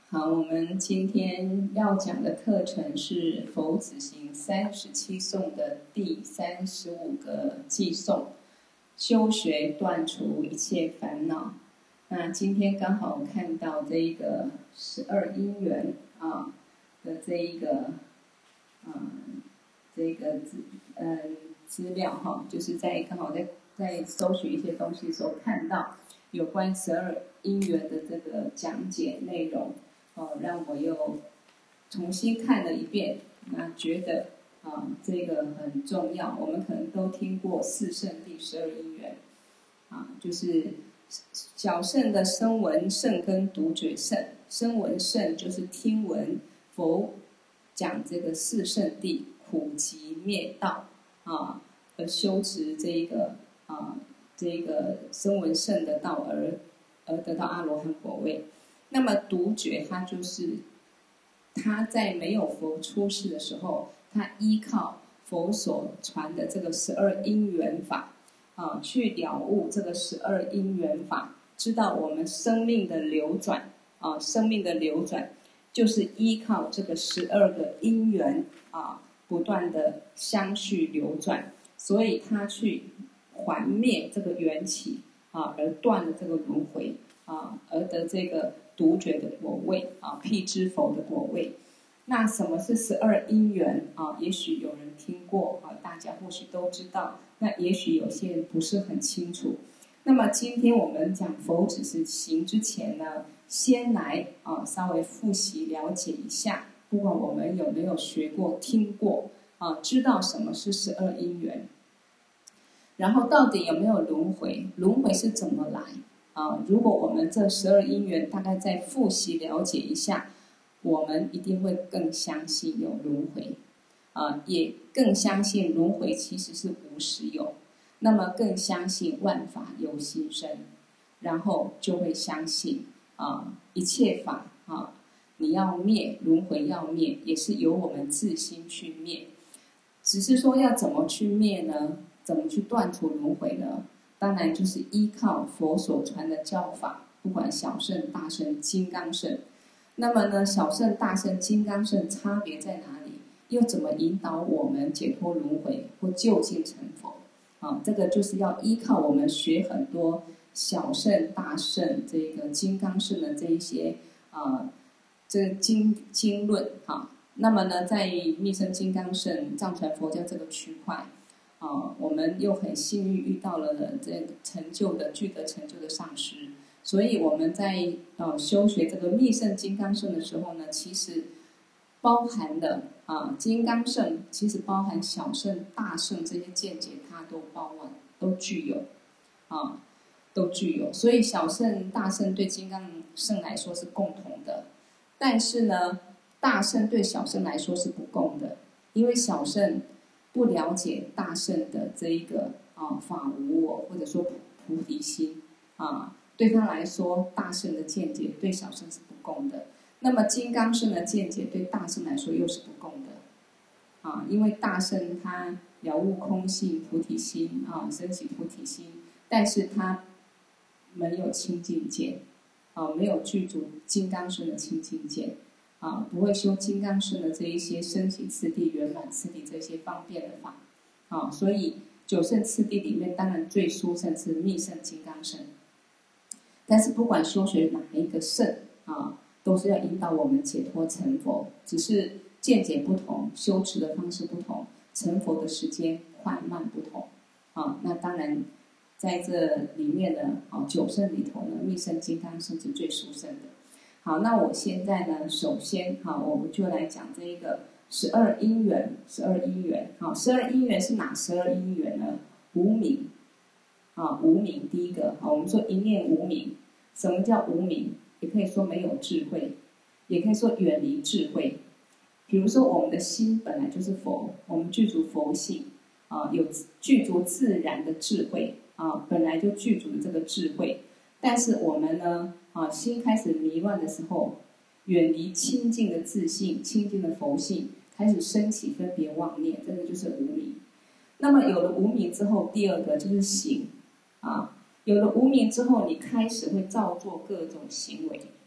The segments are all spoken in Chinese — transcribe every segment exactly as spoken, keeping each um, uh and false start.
好，我们今天要讲的课程是佛子行三十七颂的第三十五个偈颂，修学断除一切烦恼。那今天刚好看到这一个十二因缘啊的这一个嗯这个资嗯资料哈，就是在刚好在在搜寻一些东西的时候看到有关十二因缘的这个讲解内容。哦，让我又重新看了一遍，那觉得啊，这个很重要。我们可能都听过四圣谛十二因缘，啊，就是小圣的声闻圣跟独觉圣。声闻圣就是听闻佛讲这个四圣谛苦集灭道啊，而修持这一个啊这个声闻圣的道而而得到阿罗汉果位。那么独觉他就是他在没有佛出世的时候，他依靠佛所传的这个十二因缘法啊，去了悟这个十二因缘法，知道我们生命的流转啊，生命的流转就是依靠这个十二个因缘啊，不断的相续流转，所以他去还灭这个缘起啊，而断了这个轮回啊，而得这个独觉的果位啊，辟支佛的果位。那什么是十二因缘啊？也许有人听过啊，大家或许都知道，那也许有些人不是很清楚。那么今天我们讲佛子是行之前呢，先来啊稍微复习了解一下，不管我们有没有学过、听过啊，知道什么是十二因缘，然后到底有没有轮回？轮回是怎么来？啊，如果我们这十二因缘大概再复习了解一下，我们一定会更相信有轮回，啊，也更相信轮回其实是无实有，那么更相信万法由心生，然后就会相信啊，一切法啊，你要灭轮回要灭，也是由我们自心去灭，只是说要怎么去灭呢？怎么去断除轮回呢？当然就是依靠佛所传的教法，不管小圣、大圣、金刚圣。那么呢，小圣、大圣、金刚圣差别在哪里？又怎么引导我们解脱轮回或究竟成佛？啊，这个就是要依靠我们学很多小圣、大圣、这个金刚圣的这一些啊，这经经论哈。那么呢，在密乘金刚圣藏传佛教这个区块。啊，我们又很幸运遇到了这个成就的具德成就的上师，所以我们在呃修学这个密乘金刚圣的时候呢，其实包含的啊金刚圣，其实包含小圣、大圣这些见解，它都包含都具有啊，都具有。所以小圣、大圣对金刚圣来说是共同的，但是呢，大圣对小圣来说是不共的，因为小圣不了解大圣的这一个啊法无我，或者说菩提心啊，对他来说，大圣的见解对小圣是不共的。那么金刚圣的见解对大圣来说又是不共的啊，因为大圣他了悟空性、菩提心啊，升起菩提心，但是他没有清净见啊，没有具足金刚圣的清净见。啊，不会修金刚圣的这一些升起次第、圆满次第这些方便的法，啊，所以九圣次第里面当然最殊胜是密乘金刚圣。但是不管修学哪一个圣啊，都是要引导我们解脱成佛，只是见解不同，修持的方式不同，成佛的时间快慢不同。啊，那当然在这里面呢，啊，九圣里头呢，密乘金刚圣是最殊胜的。好，那我现在呢，首先哈，我们就来讲这一个十二因缘。十二因缘，好，十二因缘是哪十二因缘呢？无明，啊，无明第一个，好，我们说一念无明。什么叫无明？也可以说没有智慧，也可以说远离智慧。比如说，我们的心本来就是佛，我们具足佛性啊，有具足自然的智慧啊，本来就具足这个智慧，但是我们呢？啊，心开始迷乱的时候，远离清净的自信、清净的佛性，开始升起分别妄念，这个就是无明。那么有了无明之后，第二个就是行，啊，有了无明之后，你开始会造作各种行为，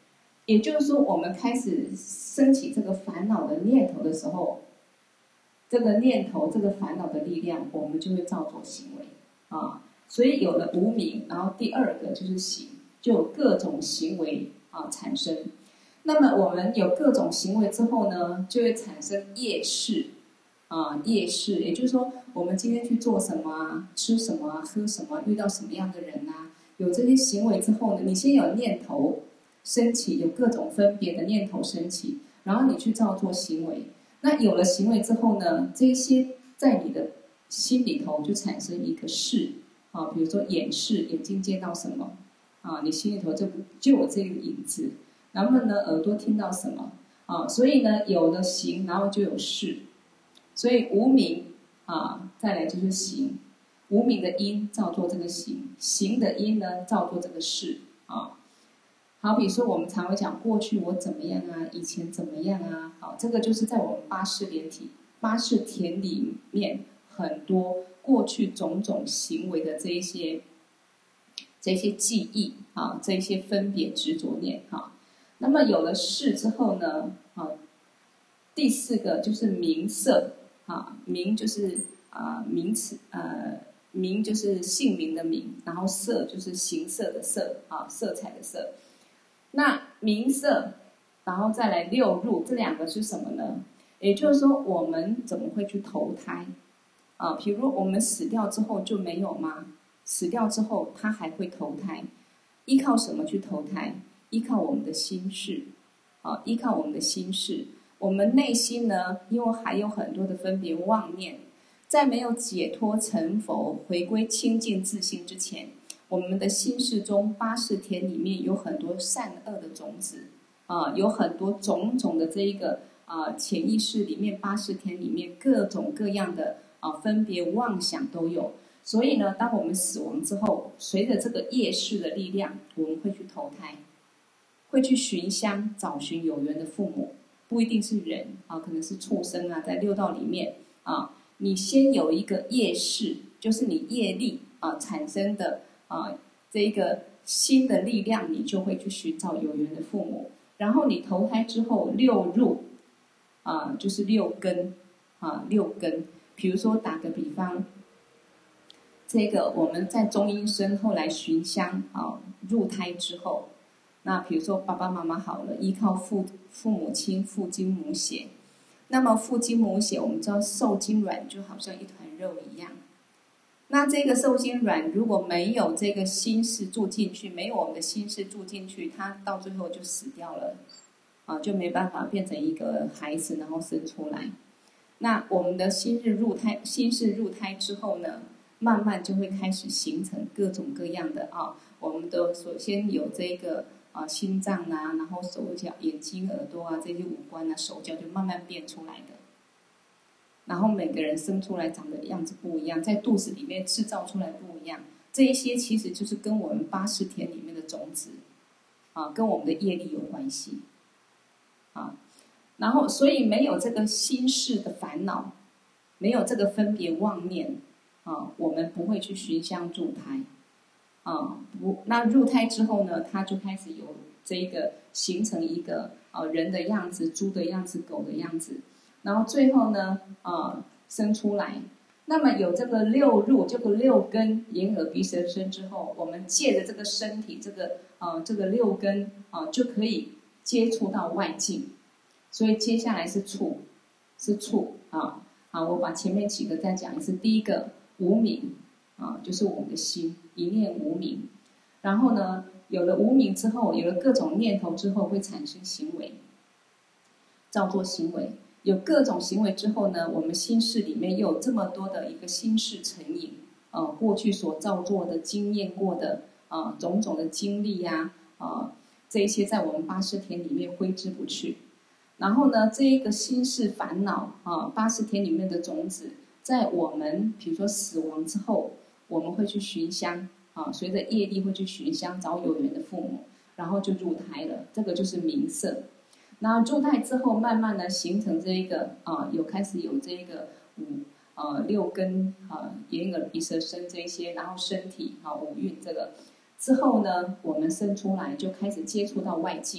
也就是说，我们开始升起这个烦恼的念头的时候，这个念头、这个烦恼的力量，我们就会照做行为啊。所以有了无明，然后第二个就是行，就有各种行为啊产生。那么我们有各种行为之后呢，就会产生业识啊，业识，也就是说，我们今天去做什么啊，吃什么啊，喝什么，遇到什么样的人啊，有这些行为之后呢，你先有念头升起，有各种分别的念头升起，然后你去照做行为。那有了行为之后呢，这些在你的心里头就产生一个识啊，比如说眼识，眼睛见到什么啊，你心里头就就有这个影子。然后呢，耳朵听到什么啊？所以呢，有了行，然后就有识。所以无明啊，再来就是行。无明的因照做这个行，行的因呢照做这个识啊。好比说，我们常会讲过去我怎么样啊，以前怎么样啊，好，这个就是在我们八识连体、八识田里面很多过去种种行为的这一些、这些记忆啊，这一些分别执着念哈。那么有了识之后呢，啊，第四个就是名色啊，名就是啊名词呃名就是姓名的名，然后色就是形色的色啊，色彩的色。那名色，然后再来六入，这两个是什么呢？也就是说，我们怎么会去投胎啊？比如我们死掉之后就没有吗？死掉之后，它还会投胎，依靠什么去投胎？依靠我们的心识啊，依靠我们的心识。我们内心呢，因为还有很多的分别妄念，在没有解脱成佛、回归清净自性之前，我们的心识中八识田里面有很多善恶的种子啊，有很多种种的这一个啊潜意识里面八识田里面各种各样的啊分别妄想都有。所以呢，当我们死亡之后，随着这个业识的力量，我们会去投胎，会去寻香找寻有缘的父母，不一定是人啊，可能是畜生啊，在六道里面啊，你先有一个业识，就是你业力啊产生的。啊，这一个新的力量，你就会去寻找有缘的父母。然后你投胎之后，六入啊，就是六根啊，六根。比如说打个比方，这个我们在中阴身后来寻香啊，入胎之后，那比如说爸爸妈妈好了，依靠父父母亲父精母血，那么父精母血，我们知道受精卵就好像一团肉一样。那这个受精卵如果没有这个心识住进去，没有我们的心识住进去，它到最后就死掉了，啊，就没办法变成一个孩子，然后生出来。那我们的心识入胎，心识入胎之后呢，慢慢就会开始形成各种各样的啊，我们的首先有这个啊心脏啊，然后手脚、眼睛、耳朵啊这些五官啊，手脚就慢慢变出来的。然后每个人生出来长的样子不一样，在肚子里面制造出来不一样，这一些其实就是跟我们八识田里面的种子，啊，跟我们的业力有关系，啊，然后所以没有这个心识的烦恼，没有这个分别妄念，啊，我们不会去寻香入胎，啊，不，那入胎之后呢，它就开始有这一个形成一个啊人的样子、猪的样子、狗的样子。然后最后呢，呃，生出来。那么有这个六入，这个六根，眼耳鼻舌身之后，我们借着这个身体，这个呃这个六根啊、呃，就可以接触到外境。所以接下来是触，是触啊。好，我把前面几个再讲一次。第一个无明啊，就是我们的心一念无明。然后呢，有了无明之后，有了各种念头之后，会产生行为，照做行为。有各种行为之后呢，我们心识里面又有这么多的一个心识成瘾，呃，过去所造作的、经验过的啊、呃、种种的经历呀、啊，啊、呃、这一些在我们八识田里面挥之不去。然后呢，这一个心识烦恼啊，八识田里面的种子，在我们比如说死亡之后，我们会去寻香啊，随着业力会去寻香找有缘的父母，然后就入胎了，这个就是名色。然后入胎之后，慢慢的形成这一个啊、呃，有开始有这个五呃六根啊、呃、眼耳鼻舌身这一些，然后身体啊、呃、五蕴这个之后呢，我们生出来就开始接触到外境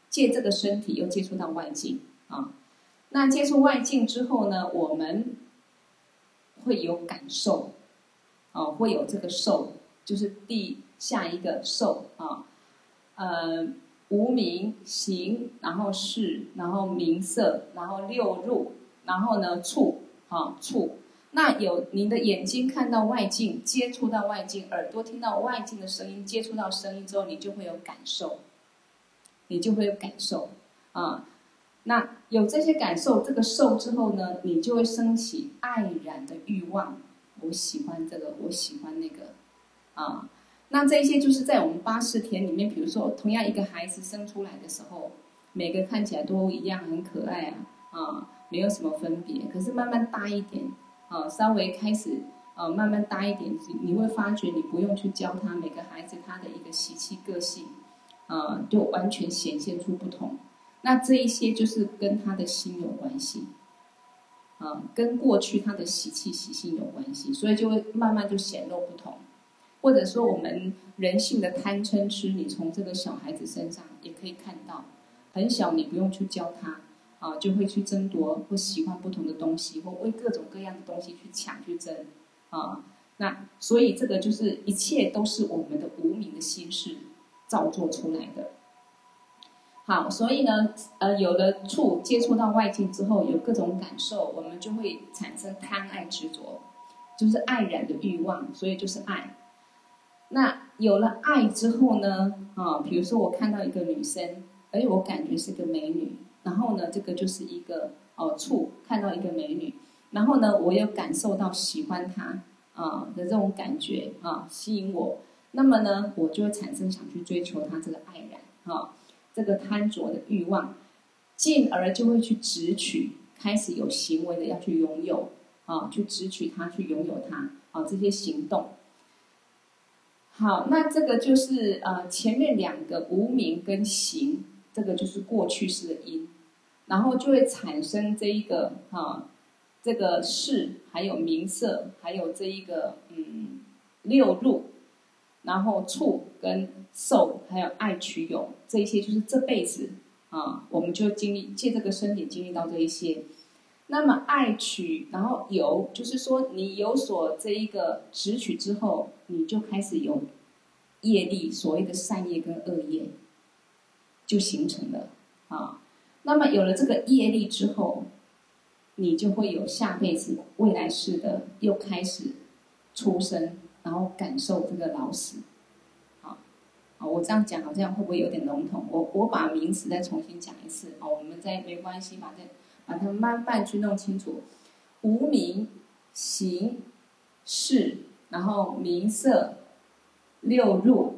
借这个身体又接触到外境啊。那接触外境之后呢，我们会有感受，啊，会有这个受，就是第下一个受啊，呃，无名行，然后识，然后名色，然后六入，然后呢触，啊触。那有您的眼睛看到外境，接触到外境，耳朵听到外境的声音，接触到声音之后，你就会有感受，你就会有感受啊。那有这些感受，这个受之后呢，你就会升起爱染的欲望。我喜欢这个，我喜欢那个，啊，那这些就是在我们八识田里面，比如说同样一个孩子生出来的时候，每个看起来都一样，很可爱啊，啊，没有什么分别。可是慢慢大一点，啊，稍微开始，呃、啊，慢慢大一点，你会发觉你不用去教他，每个孩子他的一个习气个性，啊，就完全显现出不同。那这一些就是跟他的心有关系。啊，跟过去他的习气习性有关系，所以就会慢慢就显露不同。或者说我们人性的贪嗔痴，你从这个小孩子身上也可以看到，很小你不用去教他，啊，就会去争夺或喜欢不同的东西，或为各种各样的东西去抢去争，啊，那所以这个就是一切都是我们的无明的心事造作出来的。好，所以呢，呃，有了触接触到外境之后，有各种感受，我们就会产生贪爱执着，就是爱染的欲望，所以就是爱。那有了爱之后呢，啊，比如说我看到一个女生，而且我感觉是个美女，然后呢，这个就是一个哦触看到一个美女，然后呢，我有感受到喜欢她啊的这种感觉啊，吸引我，那么呢，我就会产生想去追求她这个爱染啊。这个贪着的欲望，进而就会去执取，开始有行为的要去拥有啊，去执取它，去拥有它啊，这些行动。好，那这个就是呃前面两个无明跟行，这个就是过去式的因，然后就会产生这一个啊，这个识，还有名色，还有这一个嗯六入。然后触跟受还有爱取有，这一些就是这辈子啊，我们就经历借这个身体经历到这一些。那么爱取，然后有，就是说你有所这一个执取之后，你就开始有业力，所谓的善业跟恶业就形成了啊。那么有了这个业力之后，你就会有下辈子未来世的又开始出生。然后感受这个老死，好，好，我这样讲好像会不会有点笼统？我我把名词再重新讲一次，好，我们再没关系，把它把它慢慢去弄清楚。无明、行、识，然后名色、六入、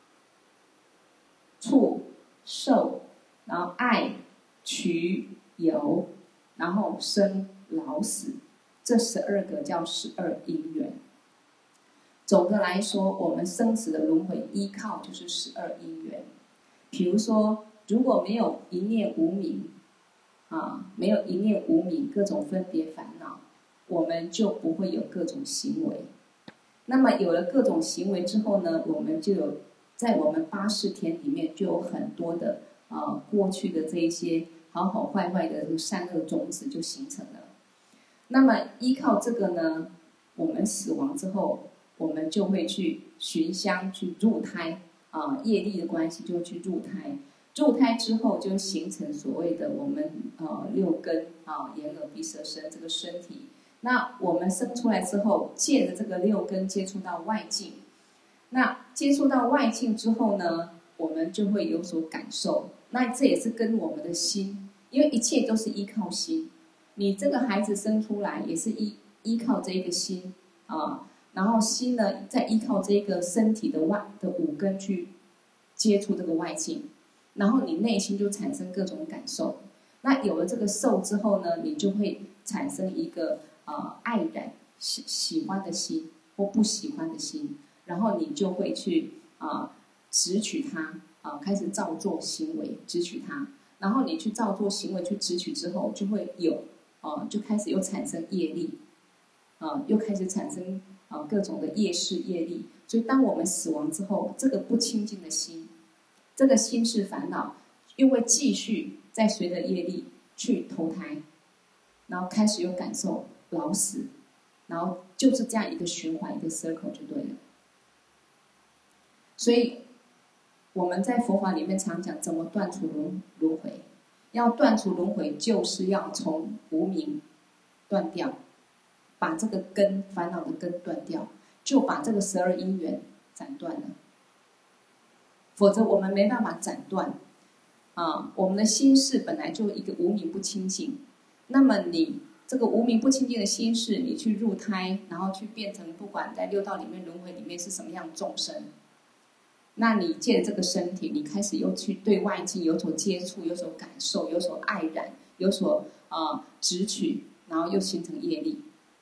触、受，然后爱、取、有，然后生、老死，这十二个叫十二因缘。总的来说，我们生死的轮回依靠就是十二因缘。比如说，如果没有一念无明，啊，没有一念无明，各种分别烦恼，我们就不会有各种行为。那么有了各种行为之后呢，我们就有在我们八识田里面就有很多的啊过去的这一些好好坏坏的这个善恶种子就形成了。那么依靠这个呢，我们死亡之后，我们就会去寻香去入胎啊，业力的关系就会去入胎，入胎之后就形成所谓的我们呃六根啊，眼耳鼻舌身这个身体。那我们生出来之后，借着这个六根接触到外境，那接触到外境之后呢，我们就会有所感受。那这也是跟我们的心，因为一切都是依靠心。你这个孩子生出来也是依依靠这个心啊。然后心呢，再依靠这个身体的外的五根去接触这个外境，然后你内心就产生各种感受。那有了这个受之后呢，你就会产生一个呃爱染喜喜欢的心或不喜欢的心，然后你就会去啊、呃、执取它啊、呃，开始造作行为执取它，然后你去造作行为去执取之后，就会有啊、呃、就开始又产生业力啊、呃，又开始产生。啊，各种的业识业力，所以当我们死亡之后，这个不清净的心，这个心是烦恼， 又会继续再随着业力去投胎，然后开始有感受老死，然后就是这样一个循环，一个 circle 就对了。所以我们在佛法里面常讲怎么断除轮轮回，要断除轮回，就是要从无明断掉，把这个根烦恼的根断掉，就把这个十二因缘斩断了。否则我们没办法斩断啊！我们的心事本来就一个无明不清净，那么你这个无明不清净的心事，你去入胎，然后去变成不管在六道里面轮回里面是什么样的众生，那你借着这个身体，你开始又去对外境有所接触，有所感受，有所爱染，有所啊执取，然后又形成业力。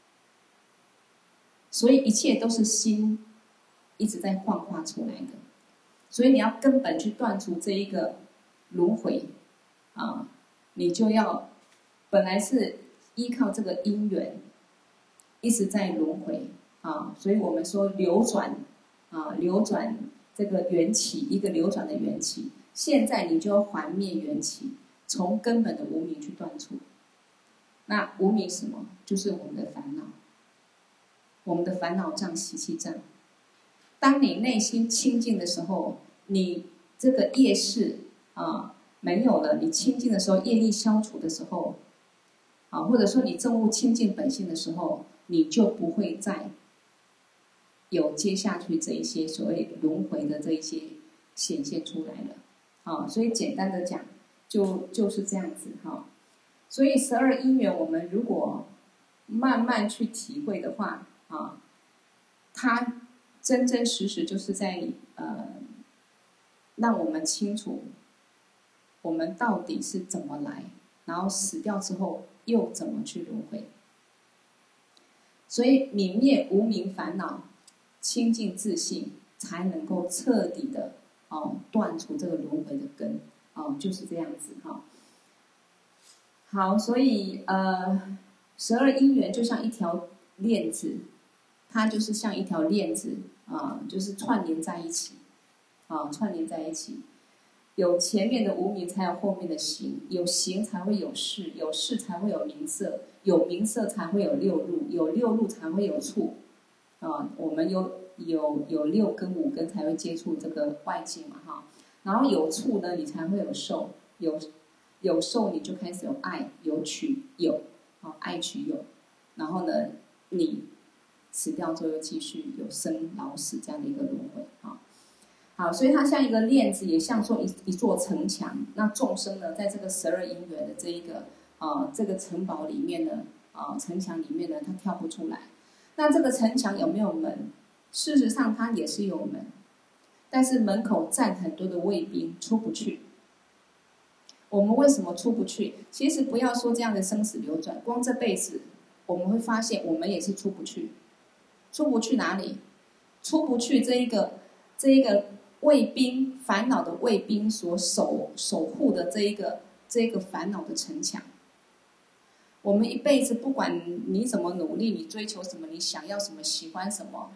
所以一切都是心一直在幻化出来的。所以你要根本去断除这一个轮回啊，你就要本来是依靠这个因缘一直在轮回啊，所以我们说流转啊，流转这个缘起，一个流转的缘起，现在你就要还灭缘起，从根本的无明去断除。那无明什么？就是我们的烦恼，我们的烦恼障、习气障。当你内心清净的时候，你这个业识啊没有了，你清净的时候，业力消除的时候，啊，或者说你证悟清净本性的时候，你就不会再有接下去这一些所谓轮回的这一些显现出来了。啊，所以简单的讲，就就是这样子哈。所以十二因缘，我们如果慢慢去体会的话，啊，它真真实实就是在呃，让我们清楚我们到底是怎么来，然后死掉之后又怎么去轮回。所以泯灭无明烦恼，清净自性，才能够彻底的哦断除这个轮回的根哦，就是这样子哈、哦。好，所以呃，十二因缘就像一条链子，它就是像一条链子。啊，就是串联在一起，啊，串联在一起，有前面的无明，才有后面的行，有行才会有识，有识才会有名色，有名色才会有六入，有六入才会有处，啊，我们有有有六根五根才会接触这个外境嘛，哈，然后有处呢，你才会有受，有有受你就开始有爱，有取有，啊，爱取有，然后呢，你死掉之后又继续有生老死这样的一个轮回啊，好，所以它像一个链子，也像说一一座城墙。那众生呢，在这个十二因缘的这一个啊、呃、这个城堡里面呢，啊、呃、城墙里面呢，它跳不出来。那这个城墙有没有门？事实上它也是有门，但是门口站很多的卫兵，出不去。我们为什么出不去？其实不要说这样的生死流转，光这辈子我们会发现，我们也是出不去。出不去哪里？出不去这一个这一个卫兵烦恼的卫兵所守守护的这一个这一个烦恼的城墙。我们一辈子不管你怎么努力，你追求什么，你想要什么，喜欢什么，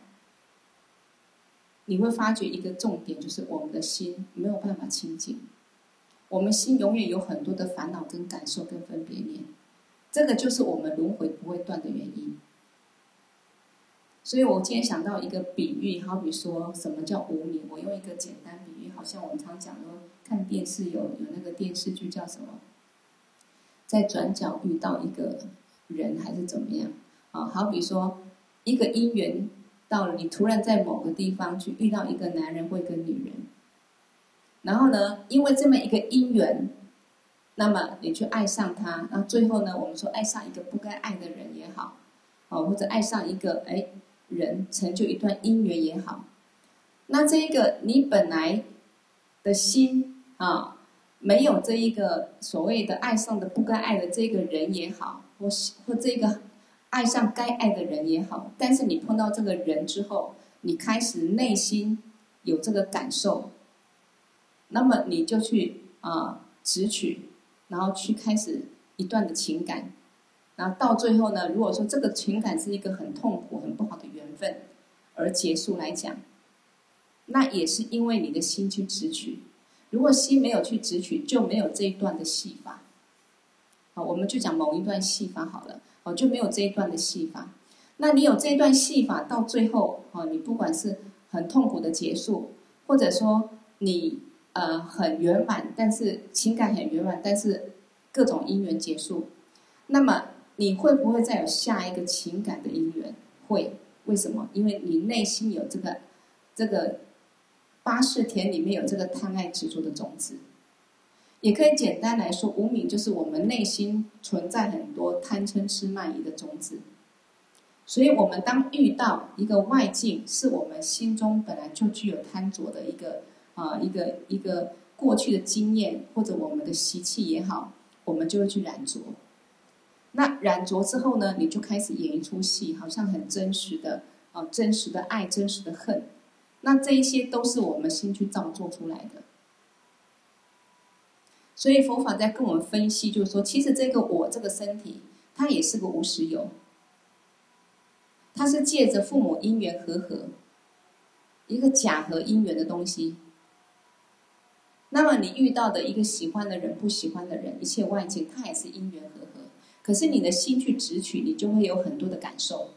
你会发觉一个重点，就是我们的心没有办法清净。我们心永远有很多的烦恼跟感受跟分别念，这个就是我们轮回不会断的原因。所以我今天想到一个比喻，好比说什么叫无明，我用一个简单比喻，好像我们常讲说看电视有有那个电视剧叫什么，在转角遇到一个人还是怎么样啊？好比说一个因缘到了，你突然在某个地方去遇到一个男人或一个女人，然后呢，因为这么一个因缘，那么你去爱上他，那最后呢，我们说爱上一个不该爱的人也好，哦，或者爱上一个哎。人成就一段因缘也好，那这一个你本来的心啊，没有这一个所谓的爱上的不该爱的这个人也好，或或这个爱上该爱的人也好，但是你碰到这个人之后，你开始内心有这个感受，那么你就去啊执取，然后去开始一段的情感。然后到最后呢，如果说这个情感是一个很痛苦、很不好的缘分，而结束来讲，那也是因为你的心去执取， 如果心没有去直取，就没有这一段的戏法。好，我们就讲某一段戏法好了，哦，就没有这一段的戏法。那你有这一段戏法，到最后，哦，你不管是很痛苦的结束，或者说你呃很圆满，但是情感很圆满，但是各种因缘结束，那么你会不会再有下一个情感的因缘？会，为什么？因为你内心有这个这个八识田里面有这个贪爱执着的种子。也可以简单来说，无明就是我们内心存在很多贪嗔痴慢疑的种子。所以我们当遇到一个外境，是我们心中本来就具有贪着的一个啊一个一个过去的经验，或者我们的习气也好，我们就会去染着。那染着之后呢，你就开始演一出戏，好像很真实的啊，真实的爱，真实的恨。那这一些都是我们心去造作出来的。所以佛法在跟我们分析，就是说，其实这个我这个身体，它也是个无实有，它是借着父母因缘和合，一个假合因缘的东西。那么你遇到的一个喜欢的人、不喜欢的人，一切外境，它也是因缘和合。可是你的心去直取，你就会有很多的感受。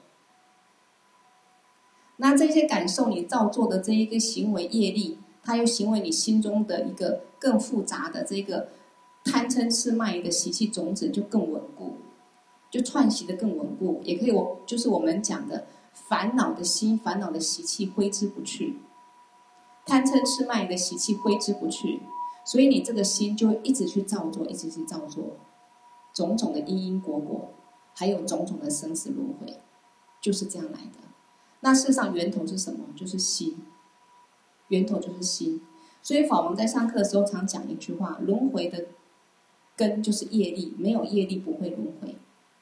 那这些感受，你造作的这一个行为业力，它又行为你心中的一个更复杂的这个贪嗔痴慢疑的习气种子就更稳固，就串习的更稳固。也可以我就是我们讲的烦恼的心、烦恼的习气挥之不去，贪嗔痴慢疑的习气挥之不去，所以你这个心就会一直去造作，一直去造作种种的因因果果，还有种种的生死轮回，就是这样来的。那事实上源头是什么？就是心，源头就是心。所以法王在上课的时候常讲一句话：轮回的根就是业力，没有业力不会轮回。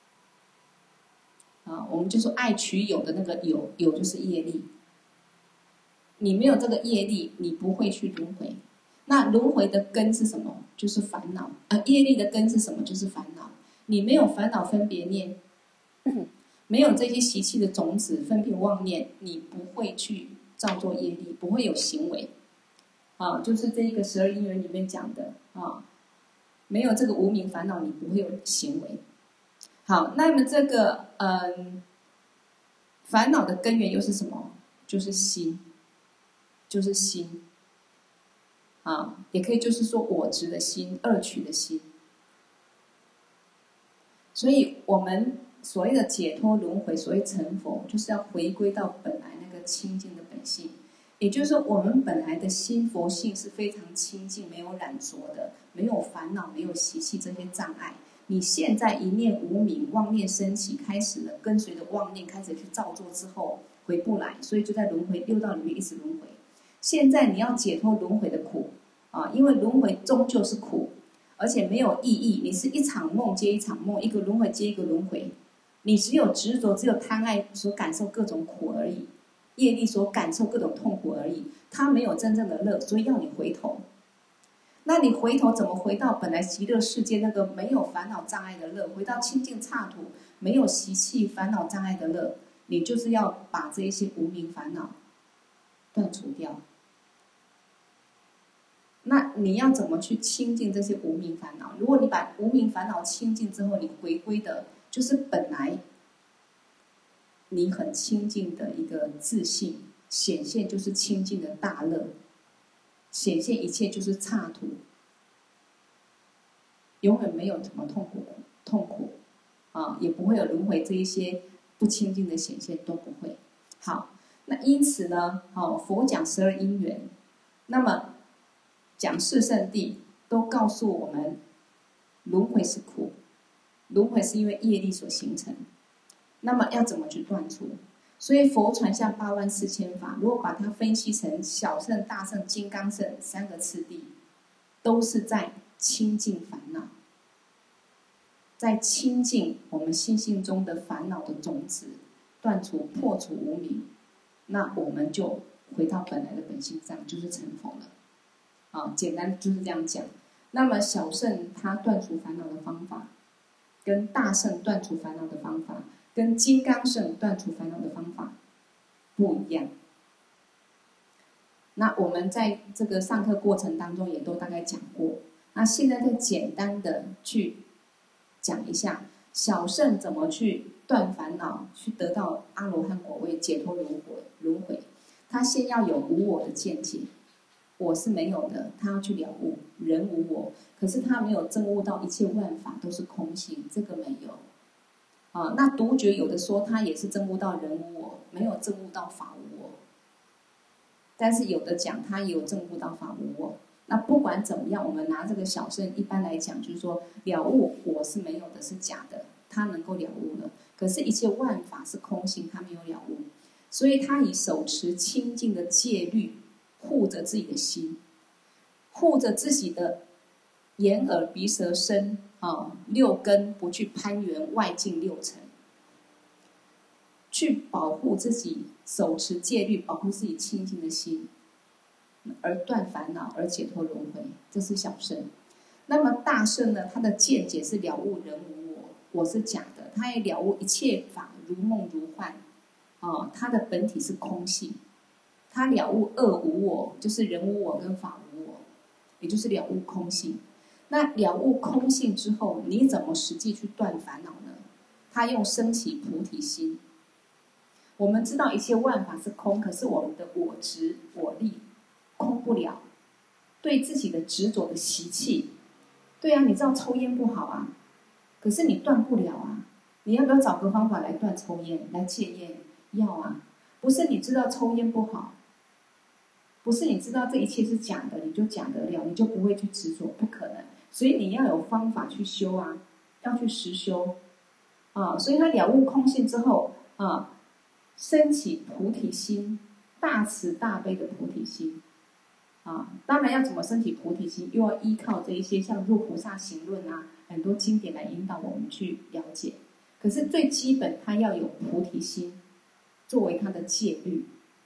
啊，我们就说爱取有的那个有，有就是业力。你没有这个业力，你不会去轮回。那轮回的根是什么？就是烦恼。呃，业力的根是什么？就是烦恼。你没有烦恼分别念，没有这些习气的种子分别妄念，你不会去造作业力，不会有行为。啊，就是这一个十二因缘里面讲的啊，没有这个无明烦恼，你不会有行为。好，那么这个嗯，烦恼的根源又是什么？就是心，就是心。啊，也可以就是说我执的心、恶取的心。所以我们所谓的解脱轮回，所谓成佛，就是要回归到本来那个清净的本性。也就是说，我们本来的心佛性是非常清净，没有染着的，没有烦恼，没有习气这些障碍。你现在一念无明，妄念升起，开始了跟随着妄念开始去造作之后，回不来，所以就在轮回六道里面一直轮回。现在你要解脱轮回的苦啊，因为轮回终究是苦，而且没有意义。你是一场梦接一场梦，一个轮回接一个轮回，你只有执着，只有贪爱所感受各种苦而已。业力所感受各种痛苦而已，它没有真正的乐，所以要你回头。那你回头怎么回到本来极乐世界那个没有烦恼障碍的乐，回到清净刹土没有习气烦恼障碍的乐？你就是要把这一些无明烦恼断除掉。那你要怎么去清净这些无明烦恼？如果你把无明烦恼清净之后，你回归的就是本来你很清净的一个自信，显现就是清净的大乐，显现一切就是刹土，永远没有什么痛苦痛苦啊，也不会有轮回这一些不清净的显现，都不会。好，那因此呢，哦，佛讲十二因缘，那么讲四圣谛都告诉我们，轮回是苦，轮回是因为业力所形成。那么要怎么去断除？所以佛传下八万四千法，如果把它分析成小乘、大乘、金刚乘三个次第，都是在清净烦恼，在清净我们心性中的烦恼的种子，断除破除无明，那我们就回到本来的本性上，就是成佛了。啊，简单就是这样讲。那么小乘它断除烦恼的方法，跟大乘断除烦恼的方法，跟金刚乘断除烦恼的方法不一样。 那我们在这个上课过程当中也都大概讲过。那现在再简单的去讲一下，小圣怎么去断烦恼，去得到阿罗汉果位，解脱轮回。轮回，他先要有无我的见解，我是没有的，他要去了悟人无我，可是他没有证悟到一切万法都是空性，这个没有。啊，那独觉有的说他也是证悟到人无我，没有证悟到法无我。但是有的讲他也有证悟到法无我。那不管怎么样，我们拿这个小圣一般来讲，就是说了悟我是没有的，是假的，他能够了悟了。可是，一切万法是空性，他没有了悟，所以他以手持清净的戒律护着自己的心，护着自己的眼耳鼻舌身啊六根不去攀缘外境六尘，去保护自己，手持戒律保护自己清净的心，而断烦恼，而解脱轮回，这是小圣。那么大圣呢？他的见解是了悟人无我，我是假的，他也了悟一切法如梦如幻，啊，他的本体是空性，他了悟二无我，就是人无我跟法无我，也就是了悟空性。那了悟空性之后，你怎么实际去断烦恼呢？他用升起菩提心。我们知道一切万法是空，可是我们的我执我利空不了，对自己的执着的习气，对啊，你知道抽烟不好啊，可是你断不了啊，你要不要找个方法来断抽烟，来戒烟？要啊，不是你知道抽烟不好，不是你知道这一切是假的，你就假得了，你就不会去执着，不可能。所以你要有方法去修啊，要去实修啊。所以他了悟空性之后啊，升起菩提心，大慈大悲的菩提心啊。当然要怎么升起菩提心，又要依靠这一些像《入菩萨行论》啊，很多经典来引导我们去了解。可是最基本，他要有菩提心作为他的戒律。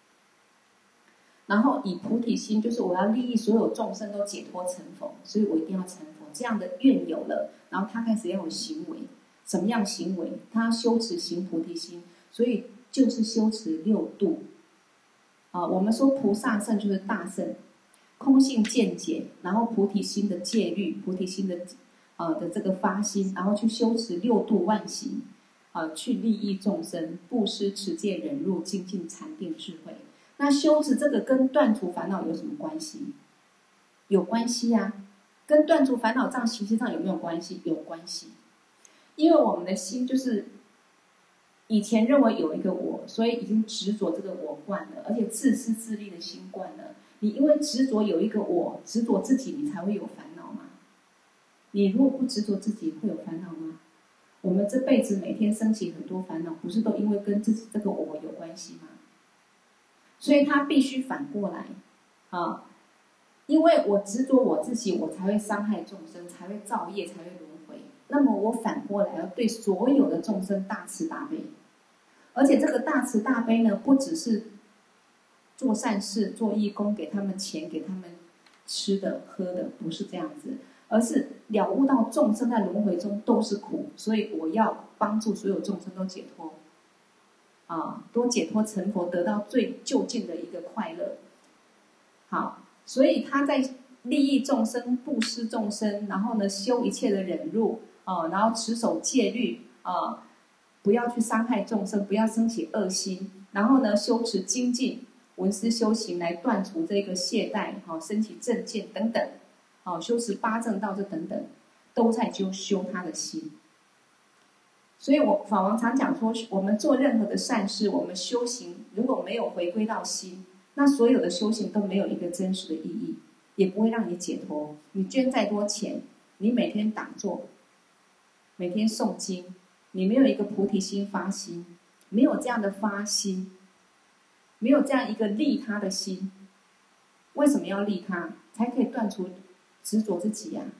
然后以菩提心，就是我要利益所有众生都解脱成佛，所以我一定要成佛。这样的愿有了，然后他开始要有行为，什么样行为？他修持行菩提心，所以就是修持六度。啊，我们说菩萨圣就是大圣，空性见解，然后菩提心的戒律，菩提心的啊的这个发心，然后去修持六度万行，啊，去利益众生，布施、持戒、忍辱、精进、禅定、智慧。那修持这个跟断除烦恼有什么关系？有关系呀、啊，跟断除烦恼这样习气上有没有关系？有关系，因为我们的心就是以前认为有一个我，所以已经执着这个我惯了，而且自私自利的心惯了。你因为执着有一个我，执着自己，你才会有烦恼嘛。你如果不执着自己，会有烦恼吗？我们这辈子每天升起很多烦恼，不是都因为跟自己这个我有关系吗？所以他必须反过来，啊，因为我执着我自己，我才会伤害众生，才会造业，才会轮回。那么我反过来要对所有的众生大慈大悲，而且这个大慈大悲呢，不只是做善事、做义工，给他们钱，给他们吃的、喝的，不是这样子，而是了悟到众生在轮回中都是苦，所以我要帮助所有众生都解脱。啊，多解脱成佛，得到最究竟的一个快乐。好，所以他在利益众生、布施众生，然后呢，修一切的忍辱啊，然后持守戒律啊，不要去伤害众生，不要生起恶心，然后呢，修持精进、闻思修行来断除这个懈怠，好、啊，升起正见等等，好、啊，修持八正道这等等，都在修修他的心。所以我法王常讲说，我们做任何的善事，我们修行如果没有回归到心，那所有的修行都没有一个真实的意义，也不会让你解脱。你捐再多钱，你每天打坐，每天诵经，你没有一个菩提心发心，没有这样的发心，没有这样一个利他的心，为什么要利他？才可以断除执着自己呀、啊。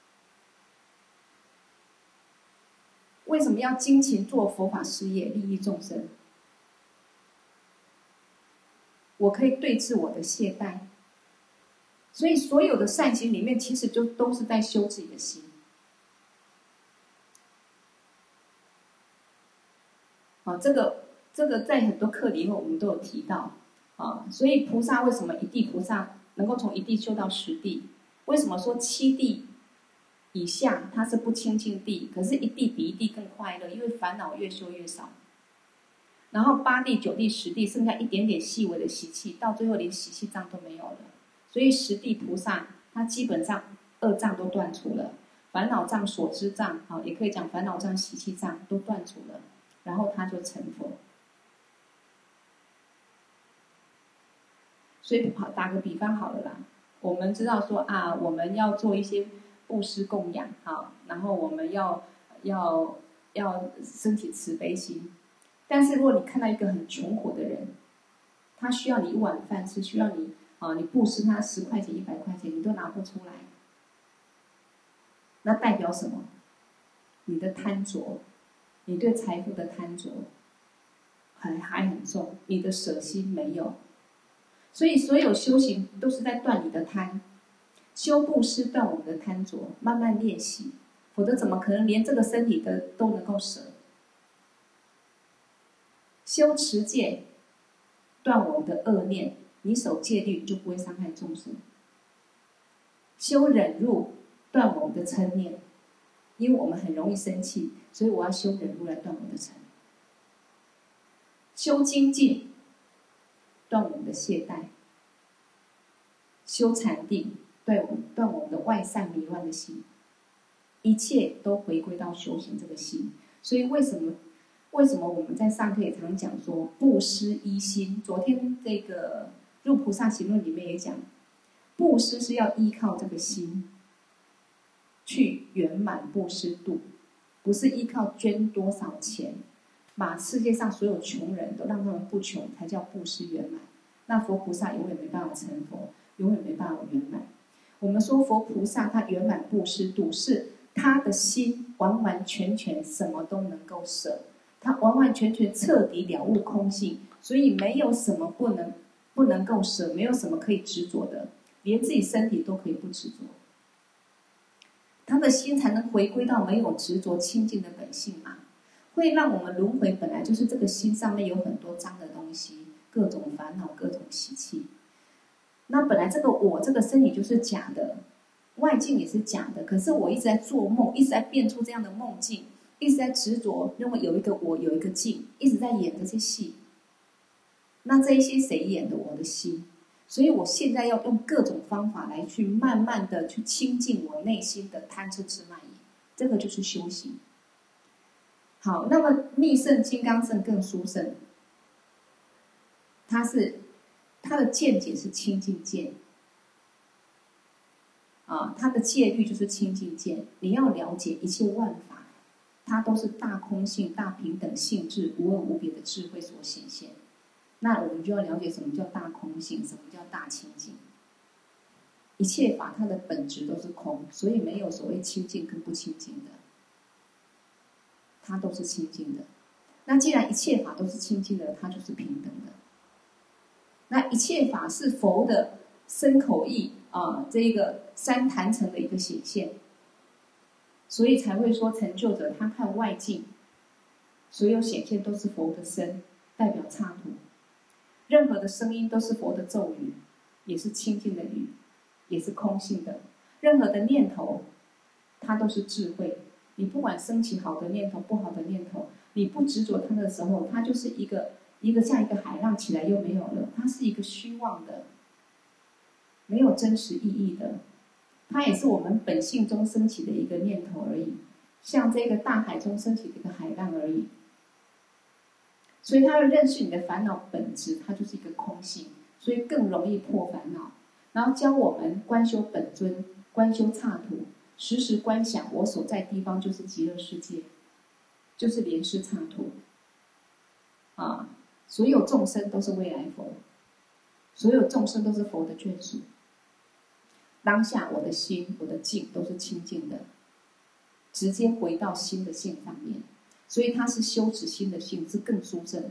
为什么要精勤做佛法事业，利益众生？我可以对治我的懈怠。所以所有的善行里面，其实就都是在修自己的心。啊，这个这个在很多课里面我们都有提到。 啊，所以菩萨为什么一地菩萨能够从一地修到十地？为什么说七地以下它是不清净地，可是一地比一地更快乐？因为烦恼越修越少。然后八地、九地、十地，剩下一点点细微的习气，到最后连习气障都没有了。所以十地菩萨，他基本上二障都断除了，烦恼障、所知障，好，也可以讲烦恼障、习气障都断除了，然后他就成佛。所以好，打个比方好了啦，我们知道说啊，我们要做一些布施供养，好，然后我们要要要升起慈悲心。但是如果你看到一个很穷苦的人，他需要你一碗饭吃，需要你啊，你布施他十块钱、一百块钱，你都拿不出来，那代表什么？你的贪着，你对财富的贪着还还很重，你的舍心没有。所以所有修行都是在断你的贪，修布施断我们的贪着，慢慢练习，否则怎么可能连这个身体的都能够舍？修持戒，断我们的恶念，你守戒律就不会伤害众生。修忍辱，断我们的嗔念，因为我们很容易生气，所以我要修忍辱来断我的嗔。修精进，断我们的懈怠。修禅定，断我们断我们的外散迷乱的心。一切都回归到修行这个心。所以为什么？为什么我们在上课也常讲说布施一心？昨天这个《入菩萨行论》里面也讲，布施是要依靠这个心去圆满布施度，不是依靠捐多少钱，把世界上所有穷人都让他们不穷，才叫布施圆满。那佛菩萨永远没办法成佛，永远没办法圆满。我们说佛菩萨他圆满布施度，是他的心完完全全什么都能够舍。他完完全全彻底了悟空性，所以没有什么不能不能够舍，没有什么可以执着的，连自己身体都可以不执着。他的心才能回归到没有执着清净的本性嘛。会让我们轮回本来就是这个心上面有很多脏的东西，各种烦恼，各种习气。那本来这个我这个身体就是假的，外境也是假的，可是我一直在做梦，一直在变出这样的梦境。一直在执着，认为有一个我，有一个境，一直在演这些戏。那这一些谁演的？我的心。所以我现在要用各种方法来去慢慢的去清净我内心的贪嗔痴慢疑，这个就是修行。好，那么密圣金刚圣更殊胜，它是它的见解是清净见。啊，它的戒律就是清净见。你要了解一切万法，它都是大空性、大平等性质、无二无别的智慧所显现。那我们就要了解什么叫大空性，什么叫大清净。一切法它的本质都是空，所以没有所谓清净跟不清净的，它都是清净的。那既然一切法都是清净的，它就是平等的。那一切法是佛的身口意啊，这一个三坛城的一个显现。所以才会说成就者他看外境，所有显现都是佛的身，代表刹土。任何的声音都是佛的咒语，也是清净的语，也是空性的。任何的念头，它都是智慧。你不管升起好的念头、不好的念头，你不执着它的时候，它就是一个一个像一个海浪起来又没有了，它是一个虚妄的，没有真实意义的。它也是我们本性中升起的一个念头而已，像这个大海中升起的一个海浪而已。所以他要认识你的烦恼本质，它就是一个空性，所以更容易破烦恼。然后教我们观修本尊，观修刹土，时时观想我所在地方就是极乐世界，就是莲师刹土。啊，所有众生都是未来佛，所有众生都是佛的眷属。当下我的心、我的境都是清净的，直接回到心的性上面，所以它是修持心的性，是更殊胜的。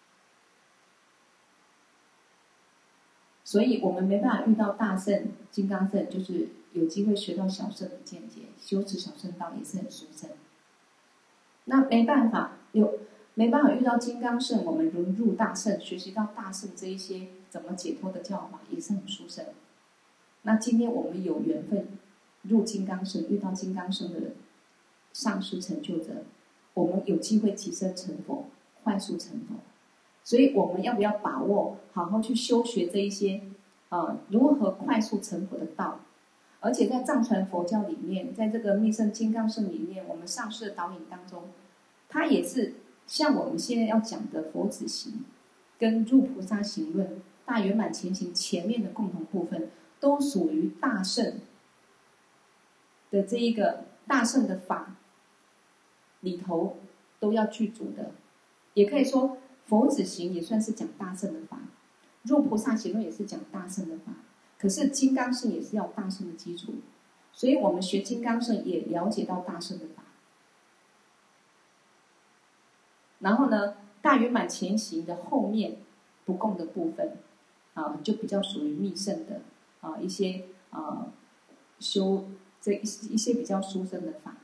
所以我们没办法遇到大圣、金刚圣，就是有机会学到小圣的见解，修持小圣道也是很殊胜。那没办法有没办法遇到金刚圣，我们融入大圣，学习到大圣这一些怎么解脱的教法，也是很殊胜。那今天我们有缘分入金刚乘，遇到金刚乘的上师成就者，我们有机会提升成佛，快速成佛。所以我们要不要把握，好好去修学这一些，呃，如何快速成佛的道？而且在藏传佛教里面，在这个密乘金刚乘里面，我们上师的导引当中，它也是像我们现在要讲的佛子行，跟入菩萨行论、大圆满前行前面的共同部分，都属于大乘的这一个大乘的法里头都要具足的。也可以说，佛子行也算是讲大乘的法，入菩萨行论也是讲大乘的法。可是金刚乘也是要大乘的基础，所以我们学金刚乘也了解到大乘的法。然后呢，大圆满前行的后面不共的部分，啊，就比较属于密乘的啊一些啊修这一一些比较殊胜的法。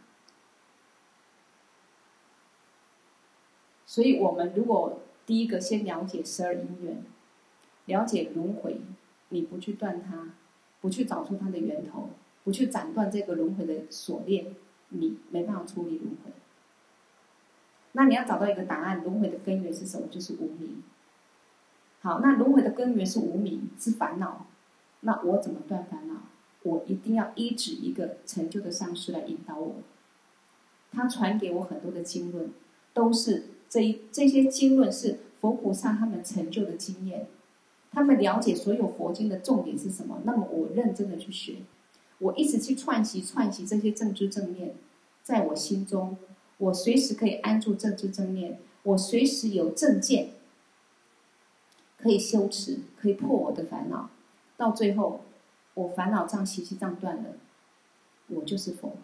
所以我们如果第一个先了解十二因缘，了解轮回。你不去断它，不去找出它的源头，不去斩断这个轮回的锁链，你没办法处理轮回。那你要找到一个答案，轮回的根源是什么？就是无明。好，那轮回的根源是无明，是烦恼。那我怎么断烦恼？我一定要依止一个成就的上师来引导我。他传给我很多的经论，都是这一这些经论是佛菩萨他们成就的经验。他们了解所有佛经的重点是什么，那么我认真的去学，我一直去串习串习这些正知正念，在我心中，我随时可以安住正知正念，我随时有正见，可以修持，可以破我的烦恼，到最后，我烦恼障、习气障断了，我就是佛。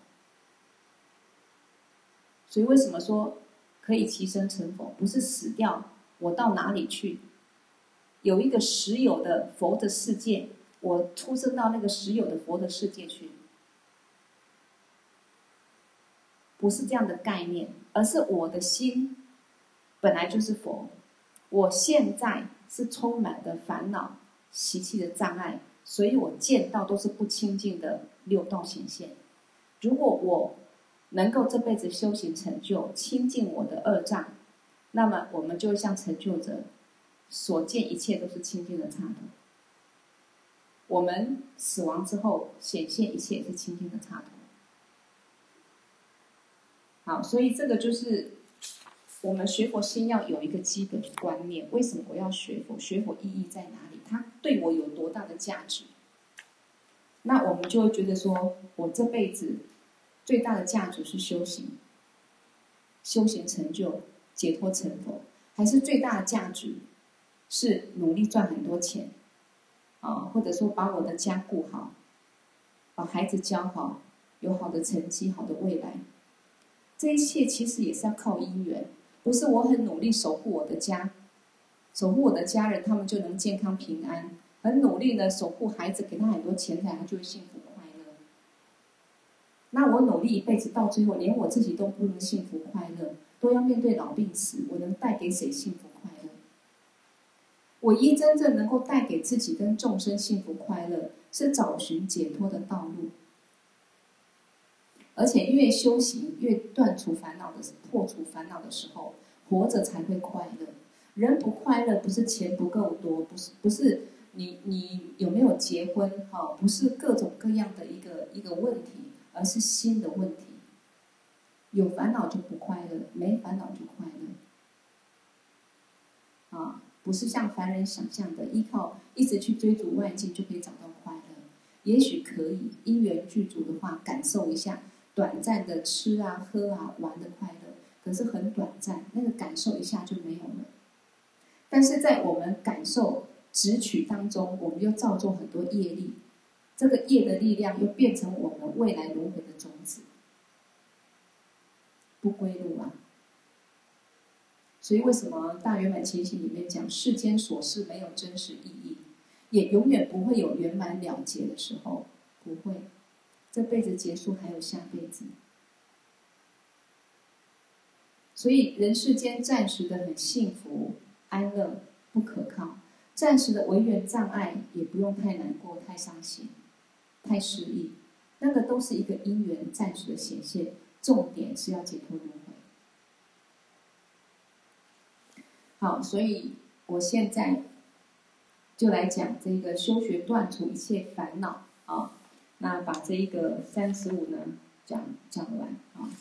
所以为什么说可以提升成佛？不是死掉，我到哪里去？有一个实有的佛的世界，我出生到那个实有的佛的世界去，不是这样的概念，而是我的心本来就是佛，我现在是充满的烦恼、习气的障碍，所以我见到都是不清净的六道显现。如果我能够这辈子修行成就，清净我的恶障，那么我们就会像成就者。所见一切都是清净的刹土，我们死亡之后显现一切也是清净的刹土。好，所以这个就是我们学佛先要有一个基本的观念：为什么我要学佛？学佛意义在哪里？它对我有多大的价值？那我们就会觉得说，我这辈子最大的价值是修行，修行成就、解脱成佛，还是最大的价值？是努力赚很多钱，啊，或者说把我的家顾好，把孩子教好，有好的成绩、好的未来。这一切其实也是要靠因缘，不是我很努力守护我的家，守护我的家人，他们就能健康平安；很努力的守护孩子，给他很多钱财，他就会幸福快乐。那我努力一辈子，到最后连我自己都不能幸福快乐，都要面对老病死，我能带给谁幸福快乐？唯一真正能够带给自己跟众生幸福快乐，是找寻解脱的道路。而且越修行，越断除烦恼的、破除烦恼的时候，活着才会快乐。人不快乐，不是钱不够多，不是不是你你有没有结婚哈，不是各种各样的一个一个问题，而是心的问题。有烦恼就不快乐，没烦恼就快乐。啊。不是像凡人想象的，依靠一直去追逐外境就可以找到快乐。也许可以，因缘具足的话，感受一下短暂的吃啊、喝啊、玩的快乐，可是很短暂，那个感受一下就没有了。但是在我们感受执取当中，我们又造作很多业力，这个业的力量又变成我们未来轮回的种子，不归路啊。所以为什么大圆满前行里面讲世间琐事没有真实意义，也永远不会有圆满了结的时候？不会，这辈子结束还有下辈子。所以人世间暂时的很幸福安乐不可靠， 暂时的违缘障碍也不用太难过、太伤心、太失意，那个都是一个因缘暂时的显现，重点是要解脱轮回。好，所以我现在就来讲这个修学断除一切烦恼啊。那把这一个三十五呢讲讲完啊。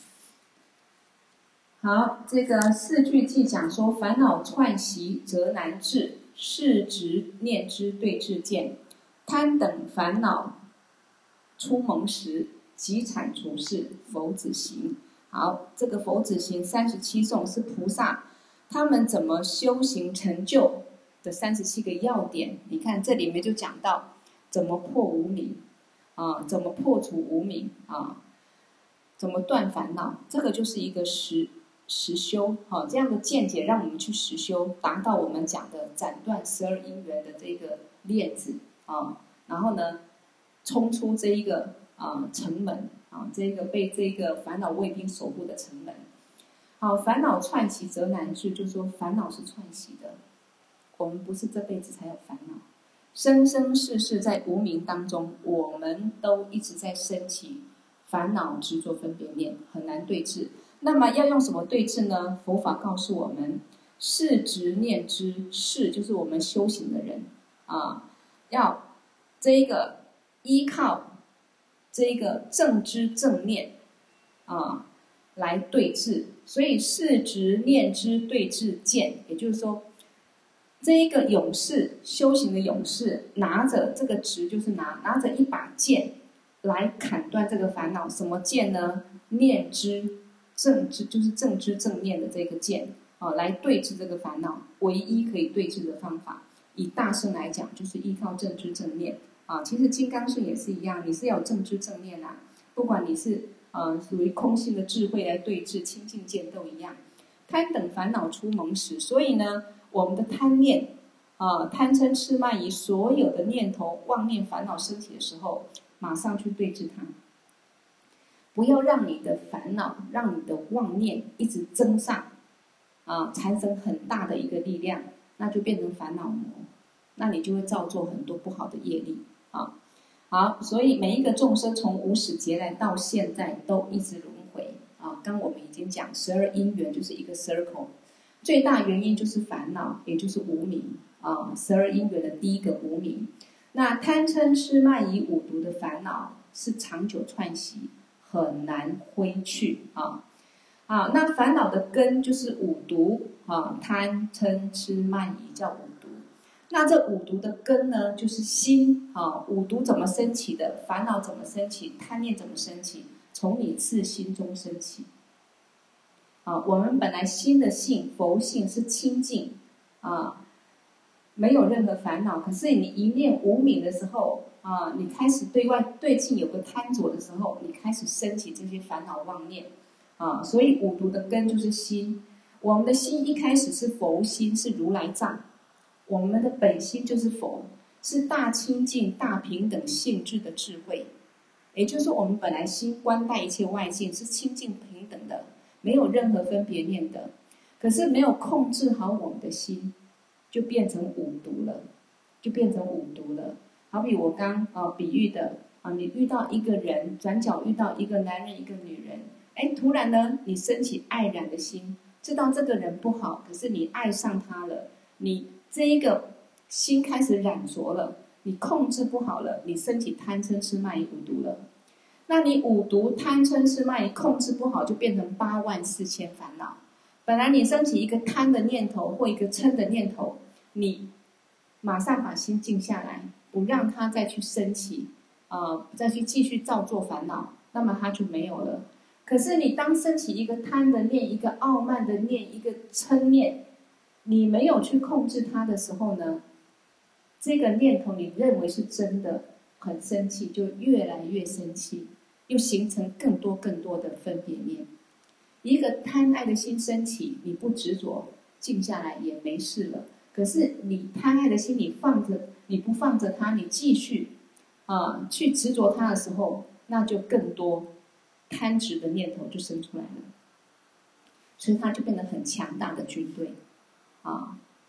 好，这个四句偈讲说：烦恼串习则难治，是执念之对治见，贪等烦恼出蒙时，即铲除是佛子行。好，这个佛子行三十七颂是菩萨他们怎么修行成就的三十七个要点。你看这里面就讲到怎么破无明啊，怎么破除无明啊，怎么断烦恼，这个就是一个实实修啊，这样的见解让我们去实修，达到我们讲的斩断十二因缘的这个链子啊，然后呢，冲出这一个啊城门啊，这个被这个烦恼卫兵守护的城门。好，烦恼串习则难治，就是说烦恼是串习的，我们不是这辈子才有烦恼，生生世世在无明当中，我们都一直在升起烦恼、执着、分别念，很难对治。那么要用什么对治呢？佛法告诉我们，是执念知，是就是我们修行的人啊，要这一个依靠这一个正知正念啊来对治。所以是执念知对治见，也就是说，这一个勇士修行的勇士，拿着这个执，就是拿拿着一把剑来砍断这个烦恼。什么剑呢？念知正知，就是正知正念的这个剑啊，来对治这个烦恼。唯一可以对治的方法，以大圣来讲，就是依靠正知正念啊。其实金刚圣也是一样，你是要有正知正念啊，不管你是呃属于空性的智慧来对治，清净见都一样。贪等烦恼出蒙时，所以呢，我们的贪念啊、呃、贪嗔痴慢疑所有的念头妄念烦恼升起的时候，马上去对治它，不要让你的烦恼，让你的妄念一直增上啊，产生很大的一个力量，那就变成烦恼魔，那你就会造作很多不好的业力啊。好，所以每一个众生从无始劫来到现在都一直轮回啊。刚我们已经讲十二因缘就是一个 circle， 最大原因就是烦恼，也就是无明啊。十二因缘的第一个无明，那贪嗔痴慢疑五毒的烦恼是长久串习，很难挥去啊。啊，那烦恼的根就是五毒啊，贪嗔痴慢疑叫五毒。那这五毒的根呢，就是心啊。五毒怎么升起的？烦恼怎么升起？贪念怎么升起？从你自心中升起。啊，我们本来心的性，佛性是清净啊，没有任何烦恼。可是你一念无明的时候啊，你开始对外对境有个贪着的时候，你开始升起这些烦恼妄念啊。所以五毒的根就是心。我们的心一开始是佛心，是如来藏。我们的本心就是佛，是大清净、大平等性质的智慧。也就是说，我们本来心观待一切外境是清净平等的，没有任何分别念的。可是没有控制好我们的心，就变成五毒了，就变成五毒了。好比我刚啊比喻的啊，你遇到一个人，转角遇到一个男人、一个女人，哎，突然呢，你升起爱染的心，知道这个人不好，可是你爱上他了，你这一个心开始染着了，你控制不好了，你升起贪嗔痴慢疑五毒了。那你五毒贪嗔痴慢疑控制不好，就变成八万四千烦恼。本来你升起一个贪的念头或一个嗔的念头，你马上把心静下来，不让它再去升起，呃，再去继续造作烦恼，那么它就没有了。可是你当升起一个贪的念，一个傲慢的念，一个嗔念，你没有去控制它的时候呢，这个念头你认为是真的，很生气，就越来越生气，又形成更多更多的分别念。一个贪爱的心升起，你不执着，静下来也没事了。可是你贪爱的心，你放着，你不放着它，你继续啊、呃、去执着它的时候，那就更多贪执的念头就生出来了。所以它就变得很强大的军队啊。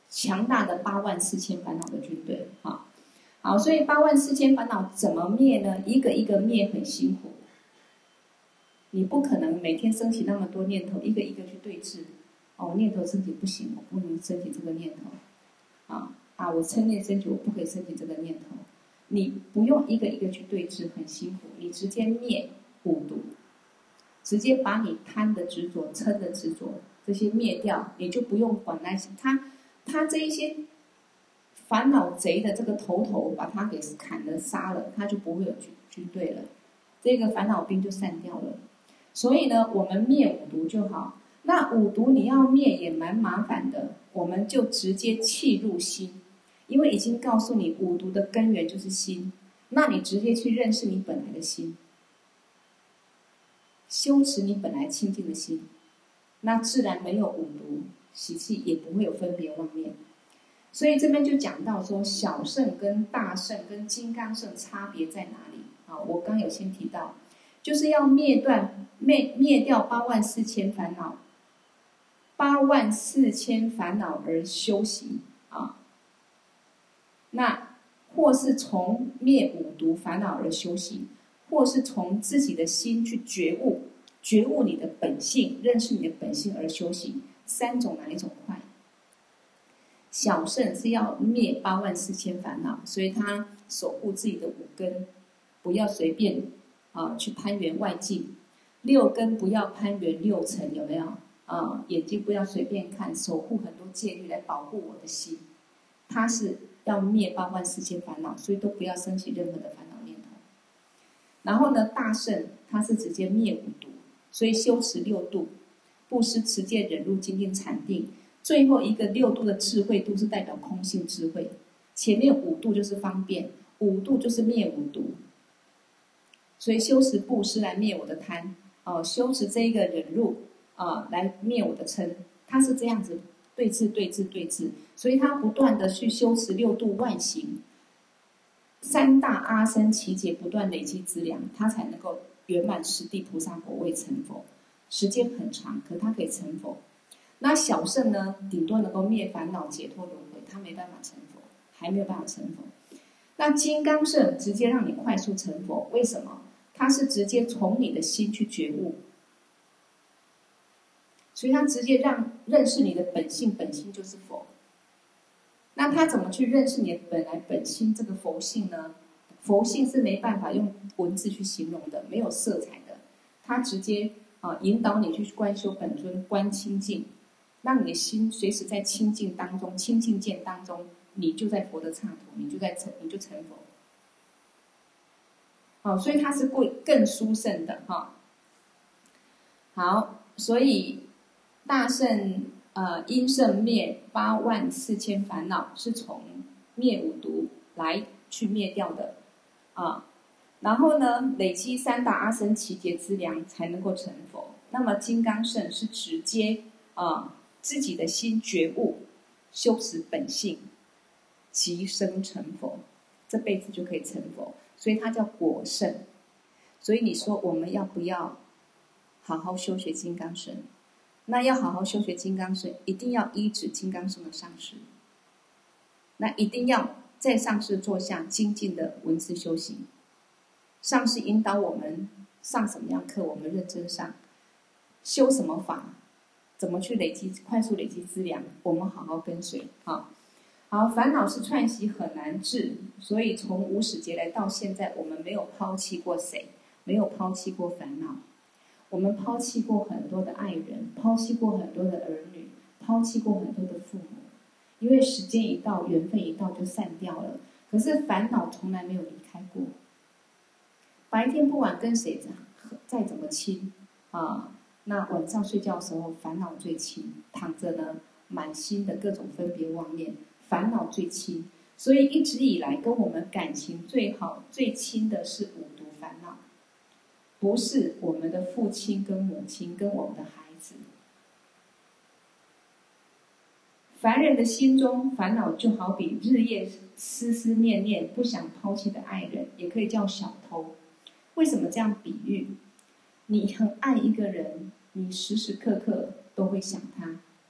强大的八万四千烦恼的军队。好，好，所以八万四千烦恼怎么灭呢？一个一个灭很辛苦，你不可能每天升起那么多念头，一个一个去对峙。哦，念头升起不行，我不能升起这个念头。啊啊，我嗔念升起，我不可以升起这个念头。你不用一个一个去对峙，很辛苦，你直接灭五毒，直接把你贪的执着、嗔的执着这些灭掉，你就不用管那些他他这一些烦恼贼的这个头头，把他给砍了杀了，他就不会有军军队了，这个烦恼兵就散掉了。所以呢，我们灭五毒就好。那五毒你要灭也蛮麻烦的，我们就直接契入心，因为已经告诉你五毒的根源就是心，那你直接去认识你本来的心，修持你本来清净的心，那自然没有五毒习气，也不会有分别妄念。所以这边就讲到说，小圣跟大圣跟金刚圣差别在哪里啊？我刚有先提到，就是要灭断灭灭掉八万四千烦恼，八万四千烦恼而修行啊。那或是从灭五毒烦恼而修行，或是从自己的心去觉悟，觉悟你的本性，认识你的本性而修行。三种哪一种快？小圣是要灭八万四千烦恼，所以他守护自己的五根，不要随便啊去攀缘外境。六根不要攀缘六尘，有没有啊？眼睛不要随便看，守护很多戒律来保护我的心。他是要灭八万四千烦恼，所以都不要升起任何的烦恼念头。然后呢，大圣他是直接灭五毒，所以修持六度，布施、持戒、忍辱、精进、禅定。最后一个六度的智慧度是代表空性智慧，前面五度就是方便，五度就是灭五毒。所以修持布施来灭我的贪，哦，修持这一个忍辱啊、呃、来灭我的嗔，它是这样子对峙对峙对峙，所以他不断的去修持六度万行，三大阿僧祇劫不断累积资粮，他才能够圆满十地菩萨果位成佛。时间很长，可他可以成佛。那小圣呢，顶多能够灭烦恼、解脱轮回，他没办法成佛，还没有办法成佛。那金刚圣直接让你快速成佛，为什么？他是直接从你的心去觉悟，所以他直接让认识你的本性，本性就是佛。那他怎么去认识你的本来本性这个佛性呢？佛性是没办法用文字去形容的，没有色彩的，他直接啊引导你去观修本尊，观清净。让你的心随时在清净当中，清净见当中，你就在佛的刹土，你就在成，你就成佛。好，所以它是更更殊胜的哈。好，所以大圣呃因圣灭八万四千烦恼，是从灭五毒来去灭掉的啊。然后呢，累积三大阿僧祇劫资粮才能够成佛。那么金刚圣是直接啊。自己的心觉悟，修持本性，即生成佛，这辈子就可以成佛，所以它叫果圣。所以你说我们要不要好好修学金刚圣？那要好好修学金刚圣，一定要依止金刚圣的上师，那一定要在上师座下精进的文字修行。上师引导我们上什么样课，我们认真上，修什么法，怎么去累积快速累积资粮，我们好好跟随啊。好，烦恼是串习很难治，所以从无始劫来到现在，我们没有抛弃过谁，没有抛弃过烦恼。我们抛弃过很多的爱人，抛弃过很多的儿女，抛弃过很多的父母，因为时间一到，缘分一到就散掉了。可是烦恼从来没有离开过。白天不管跟谁再怎么亲啊。那晚上睡觉的时候，烦恼最轻，躺着呢，满心的各种分别妄念，烦恼最轻。所以一直以来跟我们感情最好、最亲的是五毒烦恼，不是我们的父亲跟母亲跟我们的孩子。凡人的心中烦恼就好比日夜思思念念不想抛弃的爱人，也可以叫小偷。为什么这样比喻？你很爱一个人，你时时刻刻都会想他，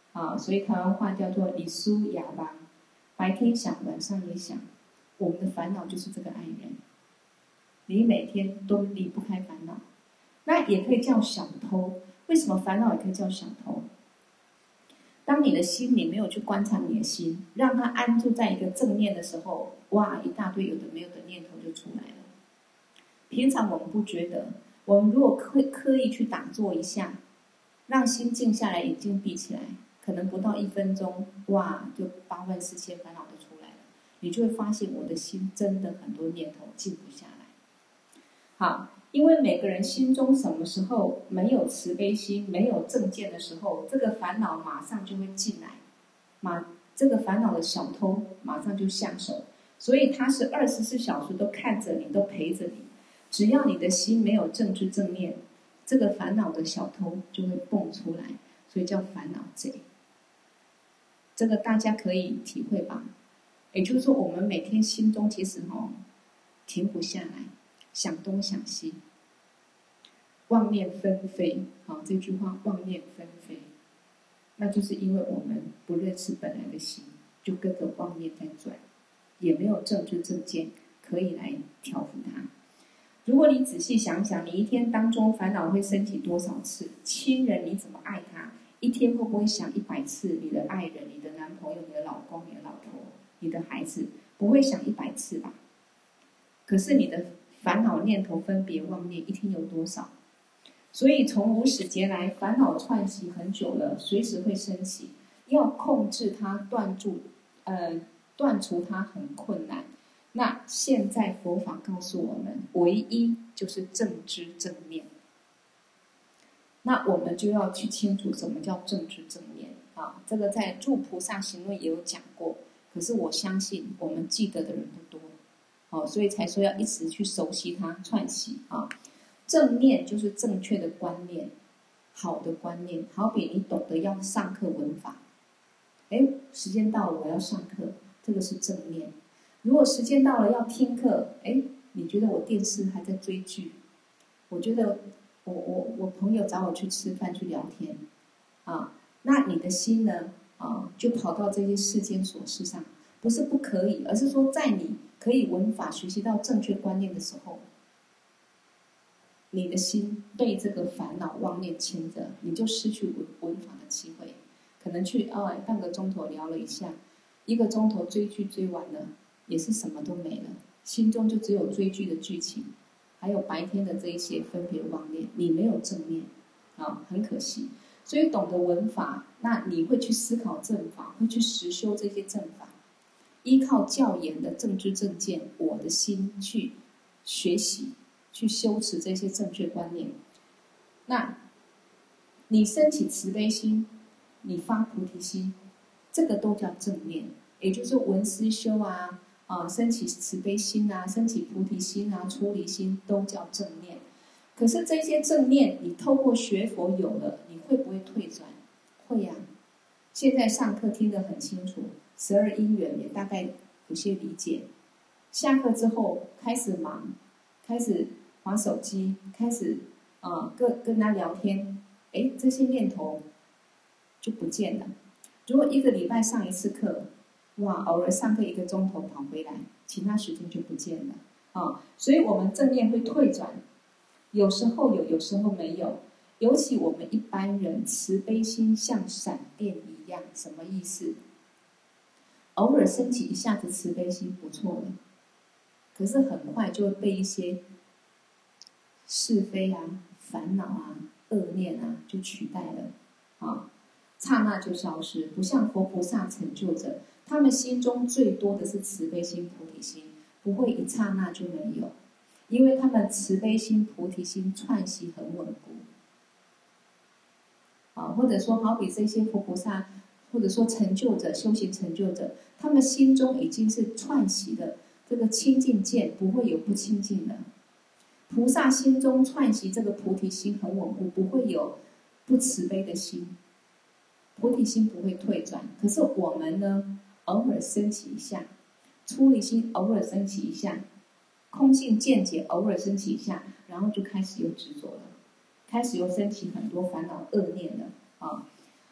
啊，所以台湾话叫做李苏哑巴，白天想，晚上也想。我们的烦恼就是这个爱人，你每天都离不开烦恼。那也可以叫小偷，为什么烦恼也可以叫小偷？当你的心里没有去观察你的心，让它安住在一个正念的时候，哇，一大堆有的没有的念头就出来了。平常我们不觉得，我们如果刻刻意去打坐一下，让心静下来，眼睛闭起来，可能不到一分钟，哇，就八万四千烦恼都出来了。你就会发现，我的心真的很多念头静不下来。好，因为每个人心中什么时候没有慈悲心、没有正见的时候，这个烦恼马上就会进来，马这个烦恼的小偷马上就下手，所以他是二十四小时都看着你，都陪着你。只要你的心没有正知正念，这个烦恼的小偷就会蹦出来，所以叫烦恼贼。这个大家可以体会吧？也就是说，我们每天心中其实哦停不下来，想东想西，妄念纷飞。好，这句话妄念纷飞，那就是因为我们不认识本来的心，就跟着妄念在转，也没有正知正见可以来调伏它。如果你仔细想想，你一天当中烦恼会升起多少次？亲人你怎么爱他？一天会不会想一百次你的爱人、你的男朋友、你的老公、你的老婆、你的孩子？不会想一百次吧？可是你的烦恼念头分别妄念一天有多少？所以从无始劫来，烦恼串习很久了，随时会升起，要控制它、断住，呃，断除它很困难。那现在佛法告诉我们，唯一就是正知正念。那我们就要去清楚什么叫正知正念啊！这个在《助菩萨行论》也有讲过，可是我相信我们记得的人不多，哦，所以才说要一直去熟悉它、串习啊。正念就是正确的观念，好的观念，好比你懂得要上课文法，哎，时间到了我要上课，这个是正念。如果时间到了要听课，哎，你觉得我电视还在追剧，我觉得我我我朋友找我去吃饭去聊天，啊，那你的心呢，啊，就跑到这些世间琐事上，不是不可以，而是说在你可以文法学习到正确观念的时候，你的心被这个烦恼妄念牵着，你就失去文文法的机会，可能去哦半个钟头聊了一下，一个钟头追剧追完了。也是什么都没了，心中就只有追剧的剧情，还有白天的这一些分别妄念，你没有正念，啊，很可惜。所以懂得文法，那你会去思考正法，会去实修这些正法，依靠教言的正知正见，我的心去学习，去修持这些正确观念。那你升起慈悲心，你发菩提心，这个都叫正念，也就是闻思修啊。啊，升起慈悲心啊，升起菩提心啊，出离心都叫正念。可是这些正念，你透过学佛有了，你会不会退转？会呀、啊。现在上课听得很清楚，十二因缘也大概有些理解。下课之后开始忙，开始滑手机，开始啊跟跟他聊天，哎，这些念头就不见了。如果一个礼拜上一次课，哇，偶尔上课一个钟头跑回来，其他时间就不见了啊！所以我们正念会退转，有时候有，有时候没有。尤其我们一般人慈悲心像闪电一样，什么意思？偶尔升起一下子慈悲心不错了，可是很快就会被一些是非啊、烦恼啊、恶念啊就取代了啊，刹那就消失。不像佛菩萨成就者。他们心中最多的是慈悲心、菩提心，不会一刹那就没有，因为他们慈悲心、菩提心串习很稳固。啊，或者说好比这些佛菩萨，或者说成就者、修行成就者，他们心中已经是串习的这个清净见，不会有不清净的。菩萨心中串习这个菩提心很稳固，不会有不慈悲的心，菩提心不会退转。可是我们呢？偶尔升起一下，出离心偶尔升起一下，空性见解偶尔升起一下，然后就开始又执着了，开始又升起很多烦恼恶念了啊！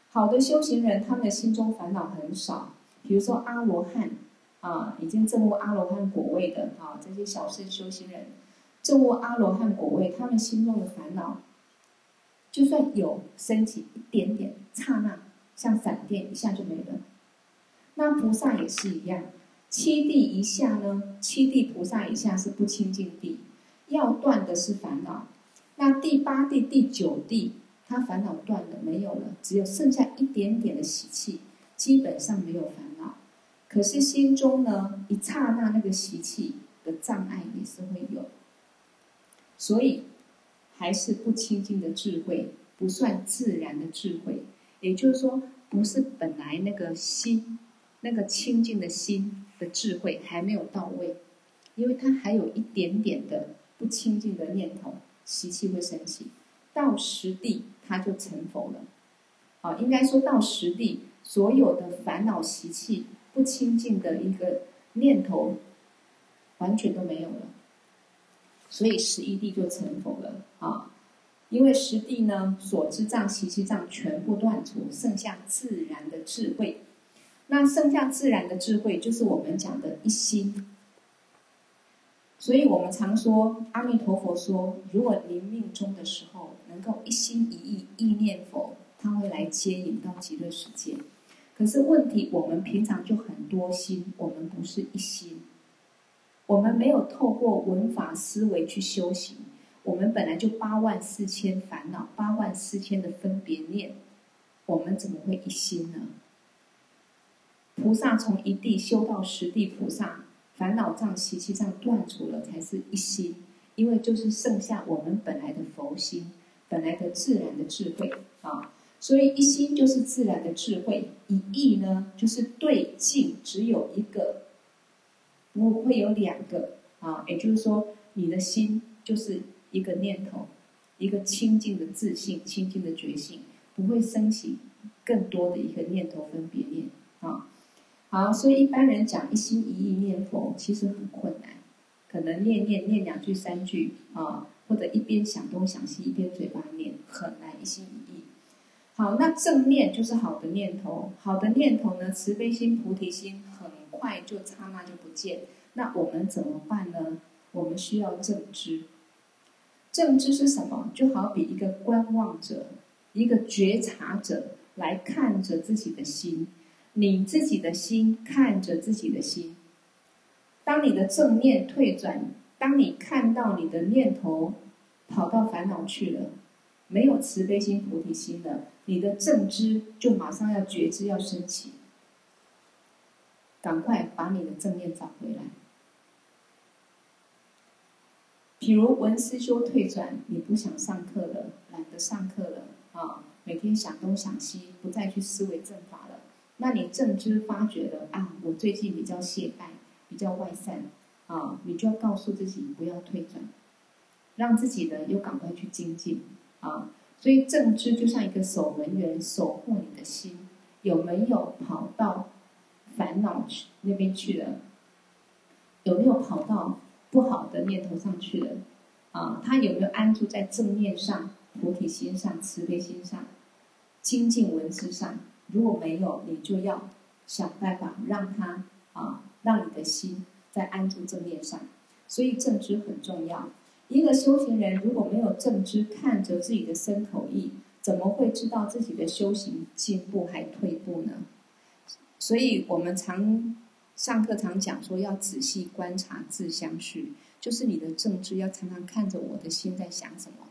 好的修行人，他们的心中烦恼很少。比如说阿罗汉啊，已经证悟阿罗汉果位的啊，这些小乘修行人，证悟阿罗汉果位，他们心中的烦恼，就算有升起一点点，刹那像闪电一下就没了。那菩萨也是一样，七地以下呢，七地菩萨以下是不清净地，要断的是烦恼。那第八地、第九地，他烦恼断了，没有了，只有剩下一点点的习气，基本上没有烦恼。可是心中呢，一刹那那个习气的障碍也是会有，所以还是不清净的智慧，不算自然的智慧。也就是说，不是本来那个心，那个清净的心的智慧还没有到位，因为它还有一点点的不清净的念头，习气会升起。到十地，它就成佛了。啊，应该说到十地，所有的烦恼习气、不清净的一个念头，完全都没有了。所以十一地就成佛了啊！因为十地呢，所知障、习气障全部断除，剩下自然的智慧。那剩下自然的智慧，就是我们讲的一心。所以我们常说，阿弥陀佛说，如果临命终的时候能够一心一意意念佛，他会来接引到极乐世界。可是问题，我们平常就很多心，我们不是一心，我们没有透过闻法思维去修行，我们本来就八万四千烦恼，八万四千的分别念，我们怎么会一心呢？菩萨从一地修到十地菩萨，烦恼障、习气障断除了，才是一心。因为就是剩下我们本来的佛心，本来的自然的智慧啊。所以一心就是自然的智慧，一意呢就是对境只有一个，不会有两个啊。也就是说，你的心就是一个念头，一个清净的自信、清净的觉性，不会升起更多的一个念头分别念啊。好，所以一般人讲一心一意念佛，其实很困难，可能念念念两句三句啊，或者一边想东想西，一边嘴巴念，很难一心一意。好，那正念就是好的念头，好的念头呢，慈悲心、菩提心很快就刹那就不见。那我们怎么办呢？我们需要正知。正知是什么？就好比一个观望者，一个觉察者来看着自己的心。你自己的心看着自己的心，当你的正念退转，当你看到你的念头跑到烦恼去了，没有慈悲心、菩提心了，你的正知就马上要觉知要升起，赶快把你的正念找回来。比如文思修退转，你不想上课了，懒得上课了啊，每天想东想西，不再去思维正法了。那你正知发觉了啊，我最近比较懈怠，比较外散啊，你就要告诉自己不要退转，让自己呢又赶快去精进啊。所以正知就像一个守门员，守护你的心有没有跑到烦恼那边去了，有没有跑到不好的念头上去了啊？他有没有安住在正念上、菩提心上、慈悲心上、精进文思上？如果没有，你就要想办法让他啊，让你的心在安住正念上。所以正知很重要。一个修行人如果没有正知，看着自己的身口意，怎么会知道自己的修行进步还退步呢？所以我们常上课常讲说，要仔细观察自相续，就是你的正知要常常看着我的心在想什么。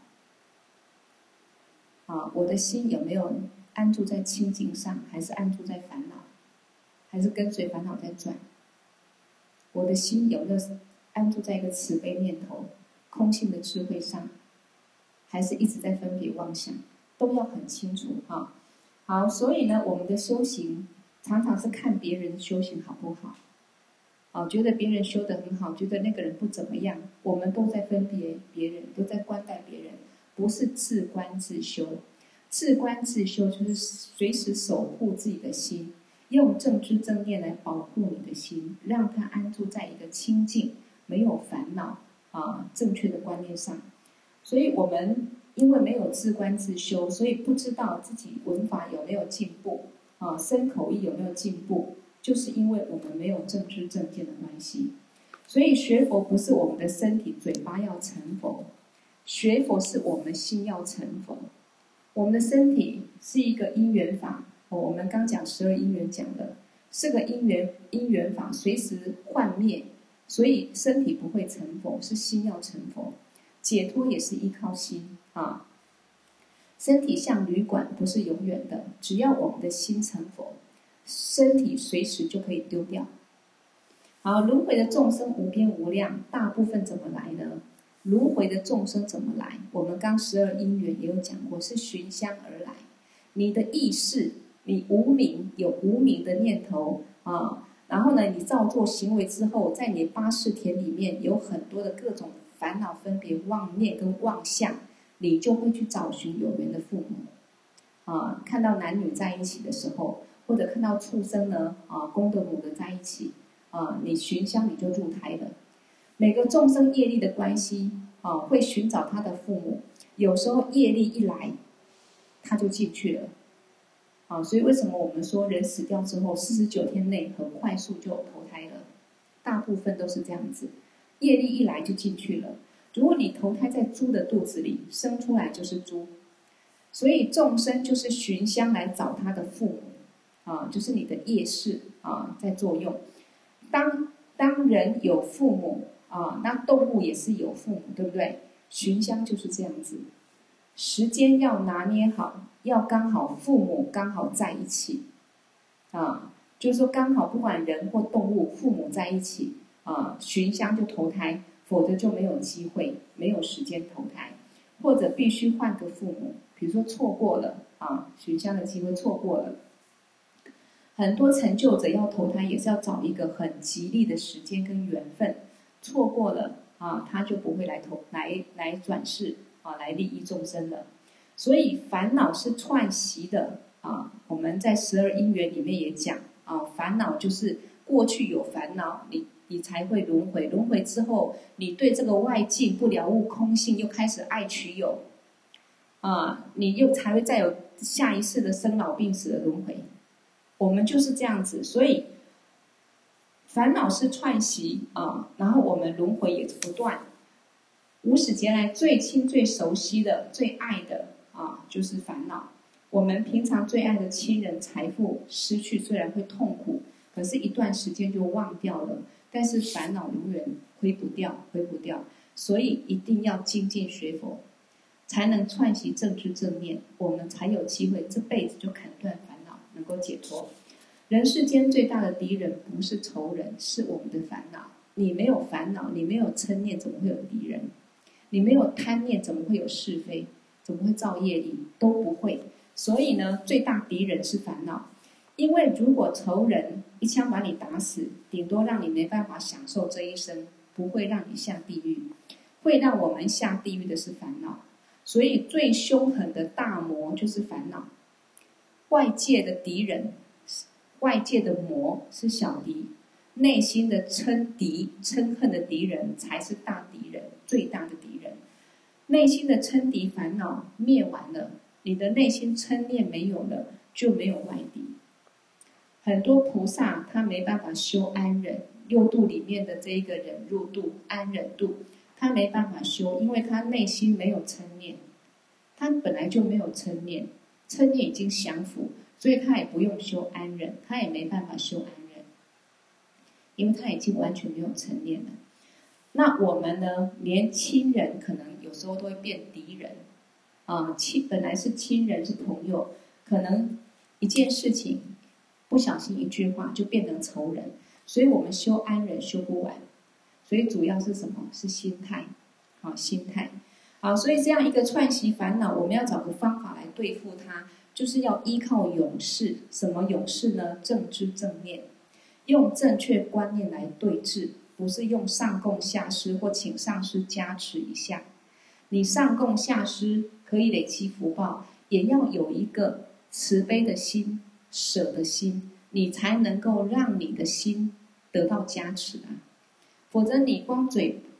啊，我的心有没有安住在清净上，还是安住在烦恼，还是跟随烦恼在转？我的心有没有安住在一个慈悲念头、空性的智慧上，还是一直在分别妄想？都要很清楚啊。好，所以呢，我们的修行常常是看别人的修行好不好，啊，觉得别人修得很好，觉得那个人不怎么样，我们都在分别别人，都在观待别人，不是自观自修。自观自修就是随时守护自己的心，用正知正念来保护你的心，让它安住在一个清净、没有烦恼啊正确的观念上。所以我们因为没有自观自修，所以不知道自己文法有没有进步啊，身口意有没有进步，就是因为我们没有正知正见的关系。所以学佛不是我们的身体嘴巴要成佛，学佛是我们心要成佛。我们的身体是一个因缘法，我们刚讲十二因缘讲的是个因缘因缘法，随时幻灭，所以身体不会成佛，是心要成佛。解脱也是依靠心啊。身体像旅馆，不是永远的，只要我们的心成佛，身体随时就可以丢掉。好，轮回的众生无边无量，大部分怎么来呢？轮回的众生怎么来？我们刚十二因缘也有讲过，是寻香而来。你的意识，你无明有无明的念头啊，然后呢，你造作行为之后，在你八识田里面有很多的各种烦恼、分别、妄念跟妄相，你就会去找寻有缘的父母啊。看到男女在一起的时候，或者看到畜生呢啊，公的母的在一起啊，你寻香你就入胎了。每个众生业力的关系啊，会寻找他的父母，有时候业力一来，他就进去了。啊，所以为什么我们说人死掉之后四十九天内很快速就投胎了？大部分都是这样子，业力一来就进去了。如果你投胎在猪的肚子里，生出来就是猪。所以众生就是寻香来找他的父母，啊，就是你的业识啊在作用。当当人有父母啊，那动物也是有父母，对不对？寻香就是这样子，时间要拿捏好，要刚好父母刚好在一起，啊，就是说刚好不管人或动物，父母在一起啊，寻香就投胎，否则就没有机会，没有时间投胎，或者必须换个父母，比如说错过了啊，寻香的机会错过了。很多成就者要投胎，也是要找一个很吉利的时间跟缘分，错过了啊，他就不会来投来来转世啊，来利益众生了。所以烦恼是串习的啊，我们在十二因缘里面也讲啊，烦恼就是过去有烦恼，你你才会轮回，轮回之后，你对这个外境不了悟空性，又开始爱取有啊，你又才会再有下一世的生老病死的轮回。我们就是这样子，所以烦恼是串习啊，然后我们轮回也不断。无始劫来最亲最熟悉的、最爱的啊，就是烦恼。我们平常最爱的亲人、财富失去，虽然会痛苦，可是一段时间就忘掉了。但是烦恼永远挥不掉，挥不掉。所以一定要精进学佛，才能串习正知正念，我们才有机会这辈子就砍断烦恼，能够解脱。人世间最大的敌人不是仇人，是我们的烦恼。你没有烦恼，你没有嗔念，怎么会有敌人？你没有贪念，怎么会有是非？怎么会造业力？都不会。所以呢，最大敌人是烦恼。因为如果仇人一枪把你打死，顶多让你没办法享受这一生，不会让你下地狱。会让我们下地狱的是烦恼。所以最凶狠的大魔就是烦恼。外界的敌人，外界的魔是小敌，内心的嗔敌、嗔恨的敌人才是大敌人，最大的敌人。内心的嗔敌烦恼灭完了，你的内心嗔念没有了，就没有外敌。很多菩萨他没办法修安忍，六度里面的这一个忍辱度、安忍度，他没办法修，因为他内心没有嗔念，他本来就没有嗔念，嗔念已经降伏，所以他也不用修安忍，他也没办法修安忍，因为他已经完全没有嗔念了。那我们呢，连亲人可能有时候都会变敌人啊，亲本来是亲人是朋友，可能一件事情不小心一句话就变成仇人，所以我们修安忍修不完。所以主要是什么？是心态，好，心态，好，所以这样一个串习烦恼，我们要找个方法来对付它，就是要依靠勇士。什么勇士呢？正知正念，用正确观念来对治，不是用上供下施或请上师加持一下。你上供下施可以累积福报，也要有一个慈悲的心、舍的心，你才能够让你的心得到加持啊。否则你光嘴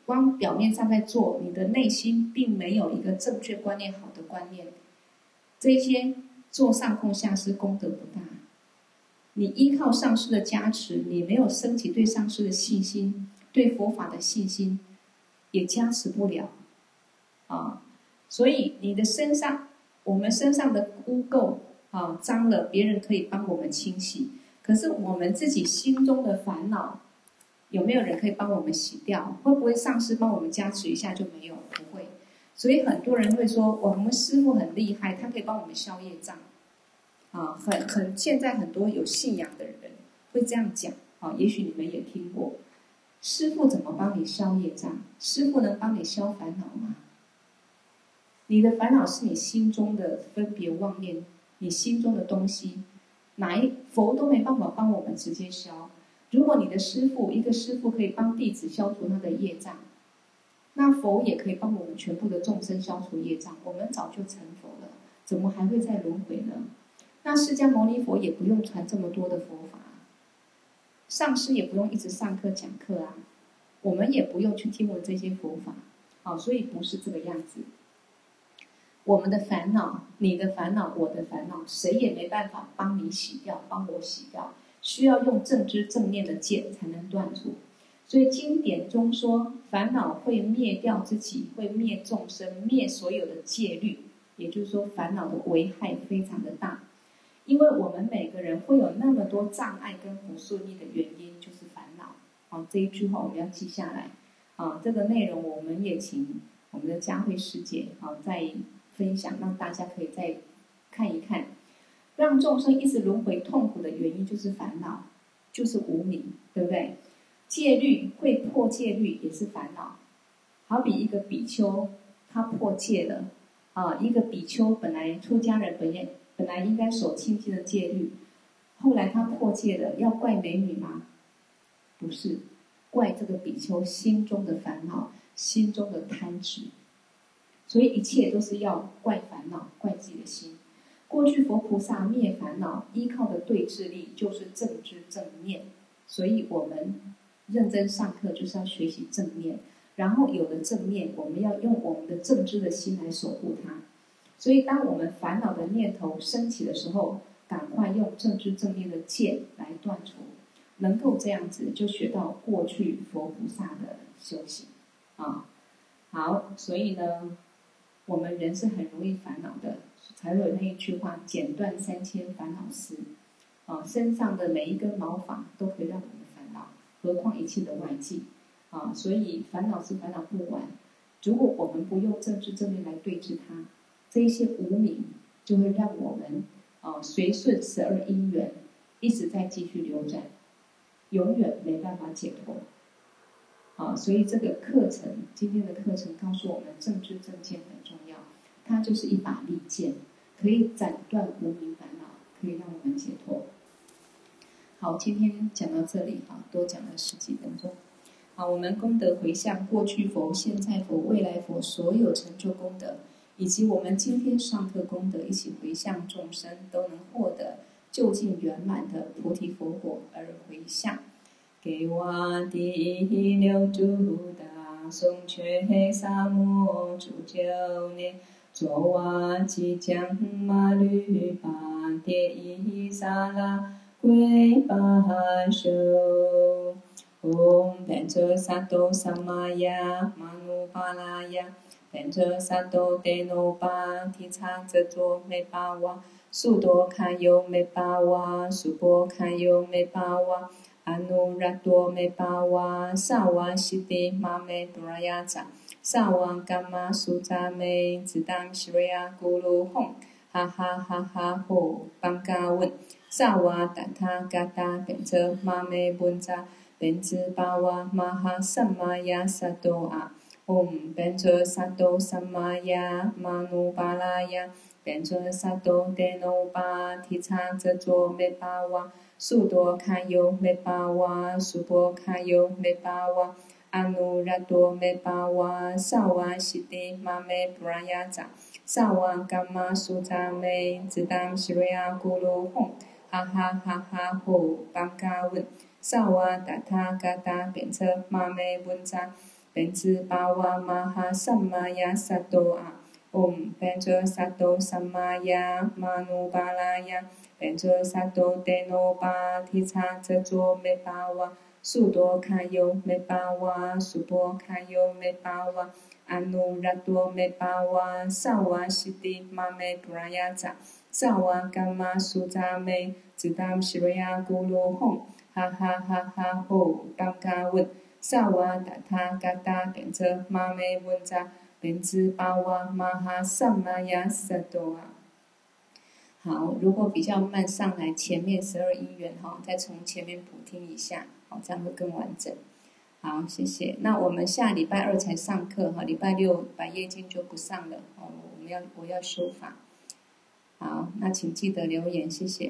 光表面上在做，你的内心并没有一个正确观念、好的观念，这些做上供下施功德不大。你依靠上师的加持，你没有升起对上师的信心，对佛法的信心，也加持不了啊。所以你的身上，我们身上的污垢啊脏了，别人可以帮我们清洗，可是我们自己心中的烦恼，有没有人可以帮我们洗掉？会不会上师帮我们加持一下就没有？不会。所以很多人会说，我们师父很厉害，他可以帮我们消业障。啊，很很，现在很多有信仰的人会这样讲啊，也许你们也听过，师父怎么帮你消业障？师父能帮你消烦恼吗？你的烦恼是你心中的分别妄念，你心中的东西，哪一佛都没办法帮我们直接消。如果你的师父，一个师父可以帮弟子消除他的业障，那佛也可以帮我们全部的众生消除业障，我们早就成佛了，怎么还会再轮回呢？那释迦牟尼佛也不用传这么多的佛法，上师也不用一直上课讲课啊，我们也不用去听闻这些佛法，啊，所以不是这个样子。我们的烦恼，你的烦恼，我的烦恼，谁也没办法帮你洗掉，帮我洗掉，需要用正知正念的剑才能断除。所以经典中说，烦恼会灭掉自己，会灭众生，灭所有的戒律，也就是说，烦恼的危害非常的大。因为我们每个人会有那么多障碍跟不顺利的原因，就是烦恼。好，这一句话我们要记下来。啊，这个内容我们也请我们的佳慧师姐好再分享，让大家可以再看一看。让众生一直轮回痛苦的原因就是烦恼，就是无明，对不对？戒律会破戒律也是烦恼。好比一个比丘，他破戒了啊，一个比丘本来出家人本来本来应该守清净的戒律，后来他破戒了，要怪美女吗？不是，怪这个比丘心中的烦恼，心中的贪执。所以一切都是要怪烦恼，怪自己的心。过去佛菩萨灭烦恼依靠的对治力就是正知正念，所以我们认真上课就是要学习正念，然后有了正念，我们要用我们的正知的心来守护它。所以当我们烦恼的念头升起的时候，赶快用正知正念的剑来断除，能够这样子就学到过去佛菩萨的修行啊。好，所以呢，我们人是很容易烦恼的，才会有那一句话：剪断三千烦恼丝。啊，身上的每一根毛发都可以让我们烦恼，何况一切的外境啊！所以烦恼是烦恼不完。如果我们不用正知正念来对治它，这一些无明就会让我们啊随顺十二因缘，一直在继续流转，永远没办法解脱。啊，所以这个课程，今天的课程告诉我们，正知正见很重要，它就是一把利剑，可以斩断无明烦恼，可以让我们解脱。好，今天讲到这里啊，多讲了十几分钟。好，我们功德回向过去佛、现在佛、未来佛所有成就功德，以及我们今天上课功德，一起回向众生都能获得究竟圆满的菩提佛果而回向。给我第六度大颂却萨摩主九年，作瓦吉将马律巴迭伊萨拉归巴修。Om Benjo Sato Samaya Manu Palaya Benjo Sato Deno Ba Ticha Zeto Me Bawa Sudo Kayo Me Bawa Subo Kayo Me Bawa Anu Rato Me Bawa Sawa Shiti Mame Durayaza Sawa Gama Suta Me Zidam Shriya Guru Hong Ha Ha Ha Ha Ho Bangawun Sawa Tata Gata Benjo Mame Bunza Benzi Bawa Maha Samaya Sato A Om Benzo Sato Samaya Manu Balaya Benzo Sato Deno Ba Ticha Zezo Me Bawa Sudo Kayo Me Bawa Subo Kayo Me Bawa Anu Rato Me Bawa Sawa Shiti Mame Prayaza Sawa Gama Suta Me Zidam Shriya Guru Hong Ha Ha Ha Ha Ho Bangawun Sawa Tata Gata Benza Mame Bunza 本智巴瓦玛哈萨玛呀萨多啊。唵本哲萨多萨玛呀玛努巴拉呀。本哲萨多德诺巴提查则卓梅巴瓦。苏多卡尤梅巴瓦。苏波卡尤梅巴瓦。阿努拉多梅巴瓦。萨瓦西蒂玛梅布拉亚扎。萨瓦伽玛苏扎梅。只当西瑞亚咕噜哄。哈哈哈哈吼当嘎问。萨瓦达他嘎达本哲玛梅文扎。本智巴瓦玛哈萨玛呀萨多啊。好，如果比较慢上来，前面十二因缘哈，再从前面补听一下，好，这样会更完整。好，谢谢。那我们下礼拜二才上课哈，礼拜六百业经就不上了哦，我们要我要修法。好，那请记得留言，谢谢。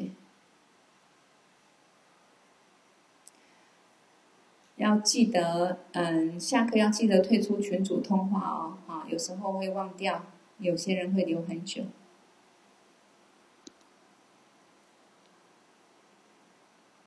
要记得，嗯，下课要记得退出群组通话哦，啊，有时候会忘掉，有些人会留很久。